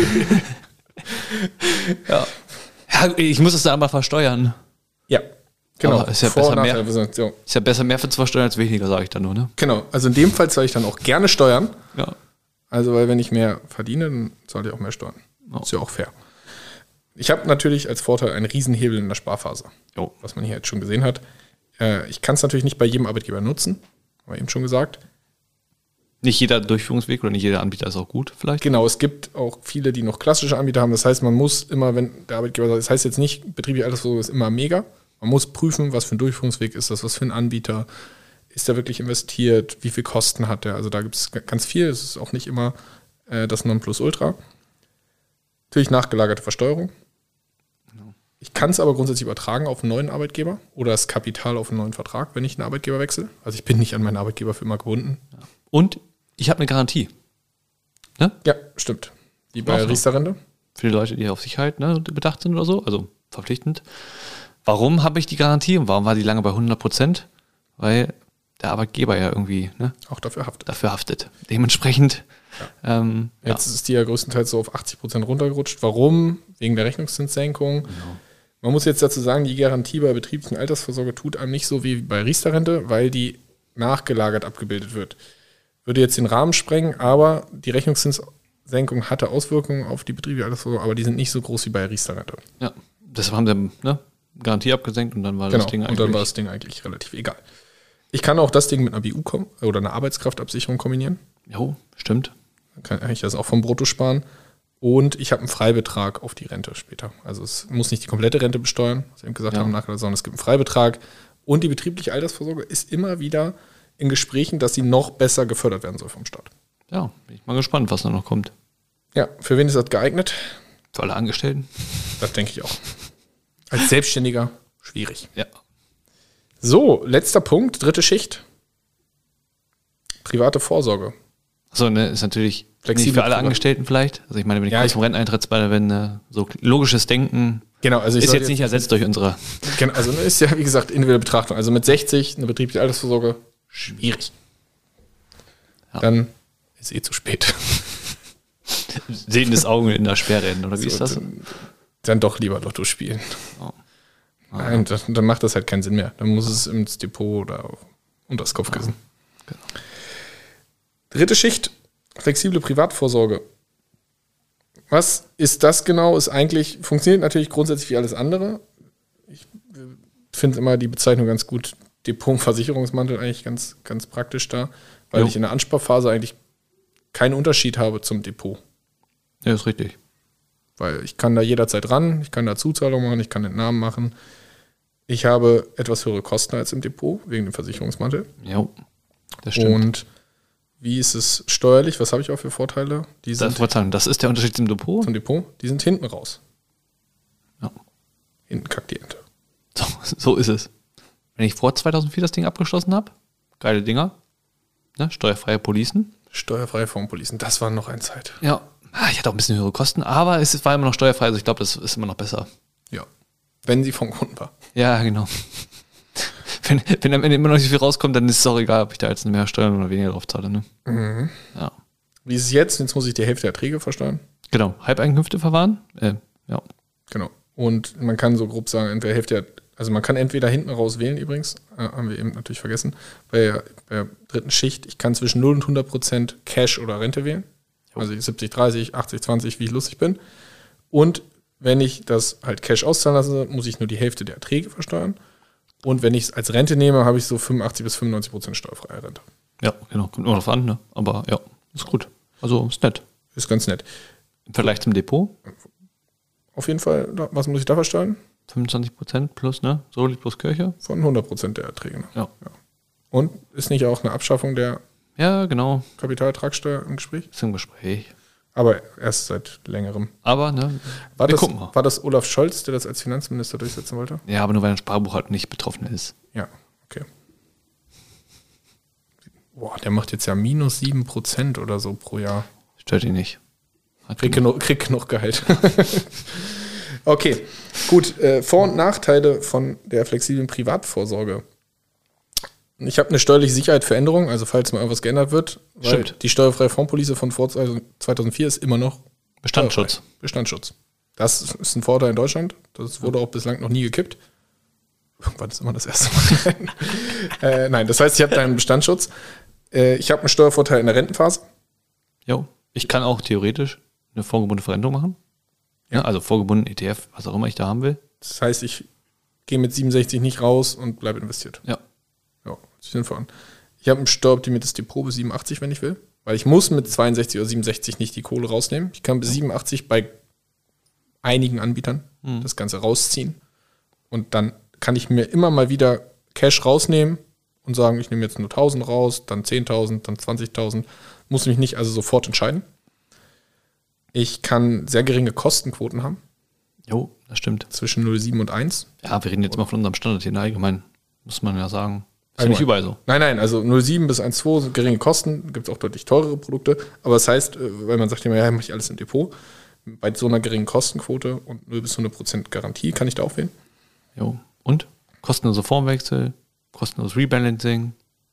Ja. Ja, ich muss es da einmal versteuern. Ja, genau. Aber ist ja Vor- und besser Nachteile. So. Ist ja besser mehr für zwei Steuern als weniger, sage ich dann nur, ne? Genau, also in dem Fall zahle ich dann auch gerne Steuern. Ja. Also, weil wenn ich mehr verdiene, dann zahle ich auch mehr Steuern. Oh. Ist ja auch fair. Ich habe natürlich als Vorteil einen Riesenhebel in der Sparphase, Jo. was man hier jetzt schon gesehen hat. Ich kann es natürlich nicht bei jedem Arbeitgeber nutzen, haben wir eben schon gesagt. Nicht jeder Durchführungsweg oder nicht jeder Anbieter ist auch gut, vielleicht. Genau, es gibt auch viele, die noch klassische Anbieter haben. Das heißt, man muss immer, wenn der Arbeitgeber sagt, das heißt jetzt nicht, betriebliche Altersvorsorge ist immer mega. Man muss prüfen, was für ein Durchführungsweg ist das, was für ein Anbieter. Ist der wirklich investiert? Wie viel Kosten hat der? Also da gibt es ganz viel. Es ist auch nicht immer das Nonplusultra. Natürlich nachgelagerte Versteuerung. Genau. Ich kann es aber grundsätzlich übertragen auf einen neuen Arbeitgeber oder das Kapital auf einen neuen Vertrag, wenn ich einen Arbeitgeber wechsle. Also ich bin nicht an meinen Arbeitgeber für immer gebunden. Und ich habe eine Garantie. Ne? Ja, stimmt. Wie bei Ach so. Riester-Rente. Für die Leute, die auf Sicherheit bedacht sind oder so, also verpflichtend. Warum habe ich die Garantie und warum war die lange bei 100%? Weil der Arbeitgeber ja irgendwie Auch dafür haftet. dafür haftet. Dementsprechend, Jetzt ist die ja größtenteils so auf 80% runtergerutscht. Warum? Wegen der Rechnungszinssenkung. Genau. Man muss jetzt dazu sagen, die Garantie bei betrieblichen Altersvorsorge tut einem nicht so wie bei Riester-Rente, weil die nachgelagert abgebildet wird. Würde jetzt den Rahmen sprengen, aber die Rechnungszinssenkung hatte Auswirkungen auf die betriebliche Altersvorsorge, aber die sind nicht so groß wie bei Riester-Rente. Ja, deshalb haben sie Garantie abgesenkt und dann war Genau, das Ding und dann war das Ding eigentlich relativ egal. Ich kann auch das Ding mit einer BU oder einer Arbeitskraftabsicherung kombinieren. Jo, stimmt. Dann kann ich das auch vom Brutto sparen. Und ich habe einen Freibetrag auf die Rente später. Also es muss nicht die komplette Rente besteuern, was wir eben gesagt haben, nachher, sondern es gibt einen Freibetrag. Und die betriebliche Altersvorsorge ist immer wieder in Gesprächen, dass sie noch besser gefördert werden soll vom Staat. Ja, bin ich mal gespannt, was da noch kommt. Ja, für wen ist das geeignet? Für alle Angestellten? Das denke ich auch. Als Selbstständiger schwierig. Ja. So, letzter Punkt, dritte Schicht. Private Vorsorge. Achso, ist natürlich Flexible nicht für alle Privat- Angestellten vielleicht. Also ich meine, wenn ich Ja, kurz ich- vom Renteneintrittsbalder bin, so logisches Denken Genau, also ist jetzt nicht ersetzt durch unsere. Genau, also ist ja, wie gesagt, individuelle Betrachtung. Also mit 60 eine betriebliche Altersvorsorge, schwierig. Ja. Dann ist zu spät. Sehendes Augen in der Sperrrennen, oder wie ist das? Dann doch lieber Lotto spielen. Oh. Nein, dann macht das halt keinen Sinn mehr. Dann muss es ins Depot oder unter das Kopfkissen. Genau. Dritte Schicht, flexible Privatvorsorge. Was ist das genau? Ist eigentlich, funktioniert natürlich grundsätzlich wie alles andere. Ich finde immer die Bezeichnung ganz gut, Depot-Versicherungsmantel eigentlich ganz, ganz praktisch da, weil Jo. ich in der Ansparphase eigentlich keinen Unterschied habe zum Depot. Ja, ist richtig. Weil ich kann da jederzeit ran, ich kann da Zuzahlungen machen, ich kann Entnahmen machen. Ich habe etwas höhere Kosten als im Depot, wegen dem Versicherungsmantel. Jo, das stimmt. Und wie ist es steuerlich? Was habe ich auch für Vorteile? Die sind Das ist der Unterschied zum Depot. zum Depot, die sind hinten raus. Ja. Hinten kackt die Ente. So ist es. Wenn ich vor 2004 das Ding abgeschlossen habe, geile Dinger, steuerfreie Policen. Steuerfrei vom Policen, das war noch eine Zeit. Ja. Ich hatte auch ein bisschen höhere Kosten, aber es war immer noch steuerfrei, also ich glaube, das ist immer noch besser. Ja. Wenn sie vom Kunden war. Ja, genau. Wenn am Ende immer noch nicht so viel rauskommt, dann ist es auch egal, ob ich da jetzt mehr Steuern oder weniger drauf zahle. Ne? Mhm. Ja. Wie ist es jetzt? Jetzt muss ich die Hälfte der Erträge versteuern. Genau, Halbeinkünfte verwahren. Ja. Genau. Und man kann so grob sagen, also man kann entweder hinten raus wählen übrigens, haben wir eben natürlich vergessen, bei der dritten Schicht, ich kann zwischen 0 und 100% Cash oder Rente wählen. Also 70, 30, 80, 20, wie ich lustig bin. Und wenn ich das halt Cash auszahlen lasse, muss ich nur die Hälfte der Erträge versteuern. Und wenn ich es als Rente nehme, habe ich so 85 bis 95% steuerfreie Rente. Ja, genau. Kommt immer drauf an, ne? Aber ja, ist gut. Also ist nett. Ist ganz nett. Im Vergleich zum Depot? Auf jeden Fall, was muss ich da versteuern? 25% plus, ne? Soli plus Kirche? Von 100% der Erträge. Ne? Ja. Und ist nicht auch eine Abschaffung der Ja, genau. Kapitalertragssteuer im Gespräch? Ist im Gespräch. Aber erst seit längerem. Aber, ne? War gucken mal. das Olaf Scholz, der das als Finanzminister durchsetzen wollte? Ja, aber nur weil ein Sparbuch halt nicht betroffen ist. Ja, okay. Boah, der macht jetzt ja minus 7% oder so pro Jahr. Stört ihn nicht. Krieg genug Gehalt. Okay, gut. Vor- und Nachteile von der flexiblen Privatvorsorge. Ich habe eine steuerliche Sicherheit für Änderungen, also falls mal irgendwas geändert wird. Weil Stimmt. die steuerfreie Fondspolice von vor 2004 ist immer noch Bestandsschutz. steuerfrei. Bestandsschutz. Das ist ein Vorteil in Deutschland. Das wurde auch bislang noch nie gekippt. Irgendwann ist immer das erste Mal. Nein, das heißt, ich habe da einen Bestandsschutz. Ich habe einen Steuervorteil in der Rentenphase. Jo. Ich kann auch theoretisch eine vorgebundene Verrentung machen. Ja, also vorgebunden ETF, was auch immer ich da haben will. Das heißt, ich gehe mit 67 nicht raus und bleibe investiert. Ja. Ja, sinnvoll an. Ich habe ein steueroptimiertes Depot bis 87, wenn ich will. Weil ich muss mit 62 oder 67 nicht die Kohle rausnehmen. Ich kann bis 87 bei einigen Anbietern das Ganze rausziehen. Und dann kann ich mir immer mal wieder Cash rausnehmen und sagen, ich nehme jetzt nur 1.000 raus, dann 10.000, dann 20.000. Muss mich nicht also sofort entscheiden. Ich kann sehr geringe Kostenquoten haben. Jo, das stimmt. Zwischen 0,7 und 1. Ja, wir reden jetzt mal von unserem Standard hier allgemein. Muss man ja sagen. Ist ja Allgemein. nicht überall so. Nein, also 0,7 bis 1,2 sind geringe Kosten. Gibt es auch deutlich teurere Produkte. Aber das heißt, weil man sagt immer, ja, mache ich alles im Depot. Bei so einer geringen Kostenquote und 0 bis 100% Garantie kann ich da auch wählen. Jo. Und? Kostenlose Formwechsel, kostenloses Rebalancing.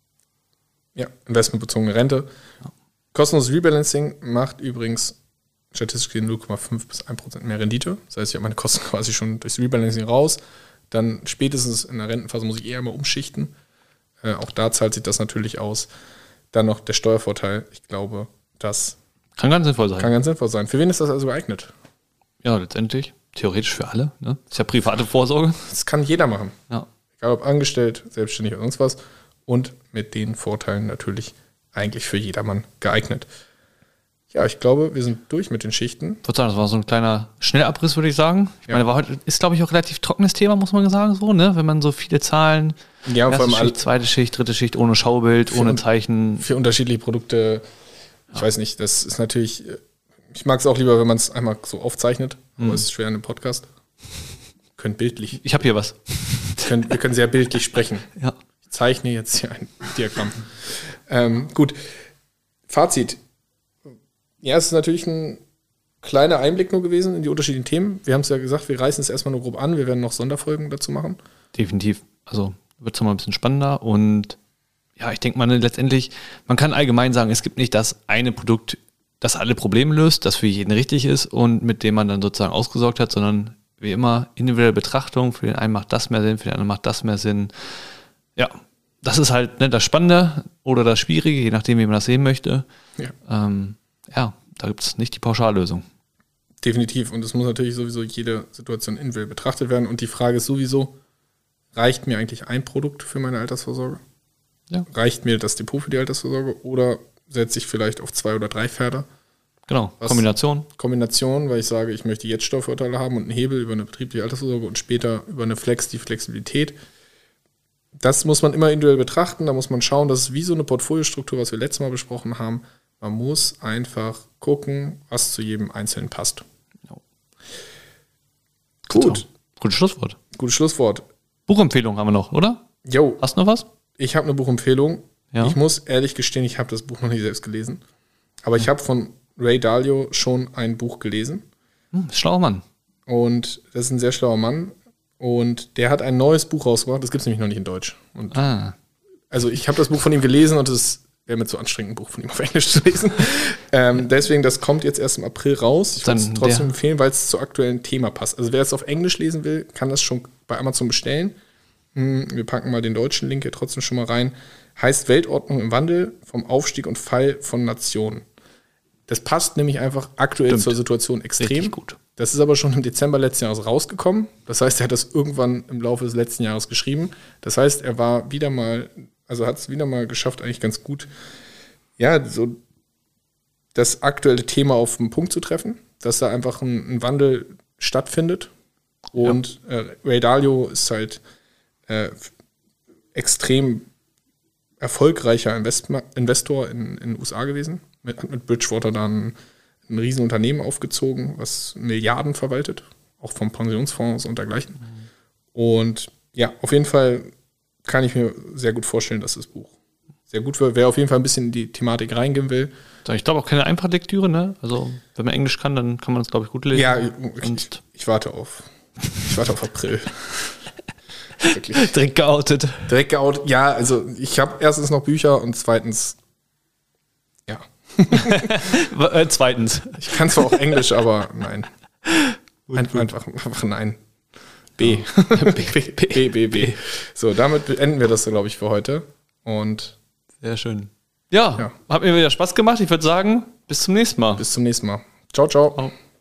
Ja, investmentbezogene Rente. Ja. Kostenloses Rebalancing macht übrigens statistisch gesehen 0,5 bis 1% mehr Rendite. Das heißt, ich habe meine Kosten quasi schon durchs Rebalancing raus. Dann spätestens in der Rentenphase muss ich eher mal umschichten. Auch da zahlt sich das natürlich aus. Dann noch der Steuervorteil. Ich glaube, das kann ganz sinnvoll sein. Kann ganz sinnvoll sein. Für wen ist das also geeignet? Ja, letztendlich. Theoretisch für alle. Ne? Ist ja private Vorsorge. Das kann jeder machen. Ja. Egal ob angestellt, selbstständig oder sonst was. Und mit den Vorteilen natürlich eigentlich für jedermann geeignet. Ja, ich glaube, wir sind durch mit den Schichten. Ich würde sagen, das war so ein kleiner Schnellabriss, würde ich sagen. Ich meine, war heute, ist, glaube ich, auch ein relativ trockenes Thema, muss man sagen, so, ne? Wenn man so viele Zahlen, ja, erste vor allem Schicht, zweite Schicht, dritte Schicht, ohne Schaubild, ohne Zeichen. Für unterschiedliche Produkte, ich weiß nicht, das ist natürlich, ich mag es auch lieber, wenn man es einmal so aufzeichnet, aber es ist schwer in einem Podcast. Könnt bildlich. Ich habe hier was. Wir können sehr bildlich sprechen. Ja. Ich zeichne jetzt hier ein Diagramm. Gut. Fazit. Ja, es ist natürlich ein kleiner Einblick nur gewesen in die unterschiedlichen Themen. Wir haben es ja gesagt, wir reißen es erstmal nur grob an. Wir werden noch Sonderfolgen dazu machen. Definitiv. Also wird es nochmal ein bisschen spannender. Und ja, ich denke mal letztendlich, man kann allgemein sagen, es gibt nicht das eine Produkt, das alle Probleme löst, das für jeden richtig ist und mit dem man dann sozusagen ausgesorgt hat, sondern wie immer individuelle Betrachtung. Für den einen macht das mehr Sinn, für den anderen macht das mehr Sinn. Ja, das ist halt das Spannende oder das Schwierige, je nachdem, wie man das sehen möchte. Ja. Ja, da gibt es nicht die Pauschallösung. Definitiv. Und es muss natürlich sowieso jede Situation individuell betrachtet werden. Und die Frage ist sowieso, reicht mir eigentlich ein Produkt für meine Altersvorsorge? Ja. Reicht mir das Depot für die Altersvorsorge? Oder setze ich vielleicht auf 2 oder 3 Pferde? Genau, Kombination, weil ich sage, ich möchte jetzt Steuervorteile haben und einen Hebel über eine betriebliche Altersvorsorge und später über eine die Flexibilität. Das muss man immer individuell betrachten. Da muss man schauen, das ist wie so eine Portfoliostruktur, was wir letztes Mal besprochen haben. Man muss einfach gucken, was zu jedem Einzelnen passt. Ja. Gut. Gutes Schlusswort. Gutes Schlusswort. Buchempfehlung haben wir noch, oder? Jo. Hast du noch was? Ich habe eine Buchempfehlung. Ja. Ich muss ehrlich gestehen, ich habe das Buch noch nicht selbst gelesen. Aber ich habe von Ray Dalio schon ein Buch gelesen. Schlauer Mann. Und das ist ein sehr schlauer Mann. Und der hat ein neues Buch rausgebracht. Das gibt es nämlich noch nicht in Deutsch. Und also ich habe das Buch von ihm gelesen und es wäre mir zu anstrengend, ein Buch von ihm auf Englisch zu lesen. Deswegen, das kommt jetzt erst im April raus. Ich würde es trotzdem empfehlen, weil es zum aktuellen Thema passt. Also wer es auf Englisch lesen will, kann das schon bei Amazon bestellen. Wir packen mal den deutschen Link hier trotzdem schon mal rein. Heißt Weltordnung im Wandel, vom Aufstieg und Fall von Nationen. Das passt nämlich einfach aktuell zur Situation extrem. Richtig gut. Das ist aber schon im Dezember letzten Jahres rausgekommen. Das heißt, er hat das irgendwann im Laufe des letzten Jahres geschrieben. Das heißt, er war wieder mal, also hat es wieder mal geschafft, eigentlich ganz gut, ja, so das aktuelle Thema auf den Punkt zu treffen, dass da einfach ein Wandel stattfindet. Und Ray Dalio ist halt extrem erfolgreicher Investor in den USA gewesen. Mit Bridgewater dann ein Riesenunternehmen aufgezogen, was Milliarden verwaltet, auch von Pensionsfonds und dergleichen. Und ja, auf jeden Fall kann ich mir sehr gut vorstellen, dass das Buch sehr gut wird. Wer auf jeden Fall ein bisschen in die Thematik reingehen will. Ich glaube auch keine einfache Lektüre, ne? Also wenn man Englisch kann, dann kann man das, glaube ich, gut lesen. Ja, ich warte auf April. Direkt geoutet. Ja, also ich habe erstens noch Bücher und zweitens, ja. Zweitens. Ich kann zwar auch Englisch, aber nein. Einfach nein. B. So, damit beenden wir das, glaube ich, für heute. Und sehr schön. Ja, hat mir wieder Spaß gemacht. Ich würde sagen, bis zum nächsten Mal. Bis zum nächsten Mal. Ciao, ciao.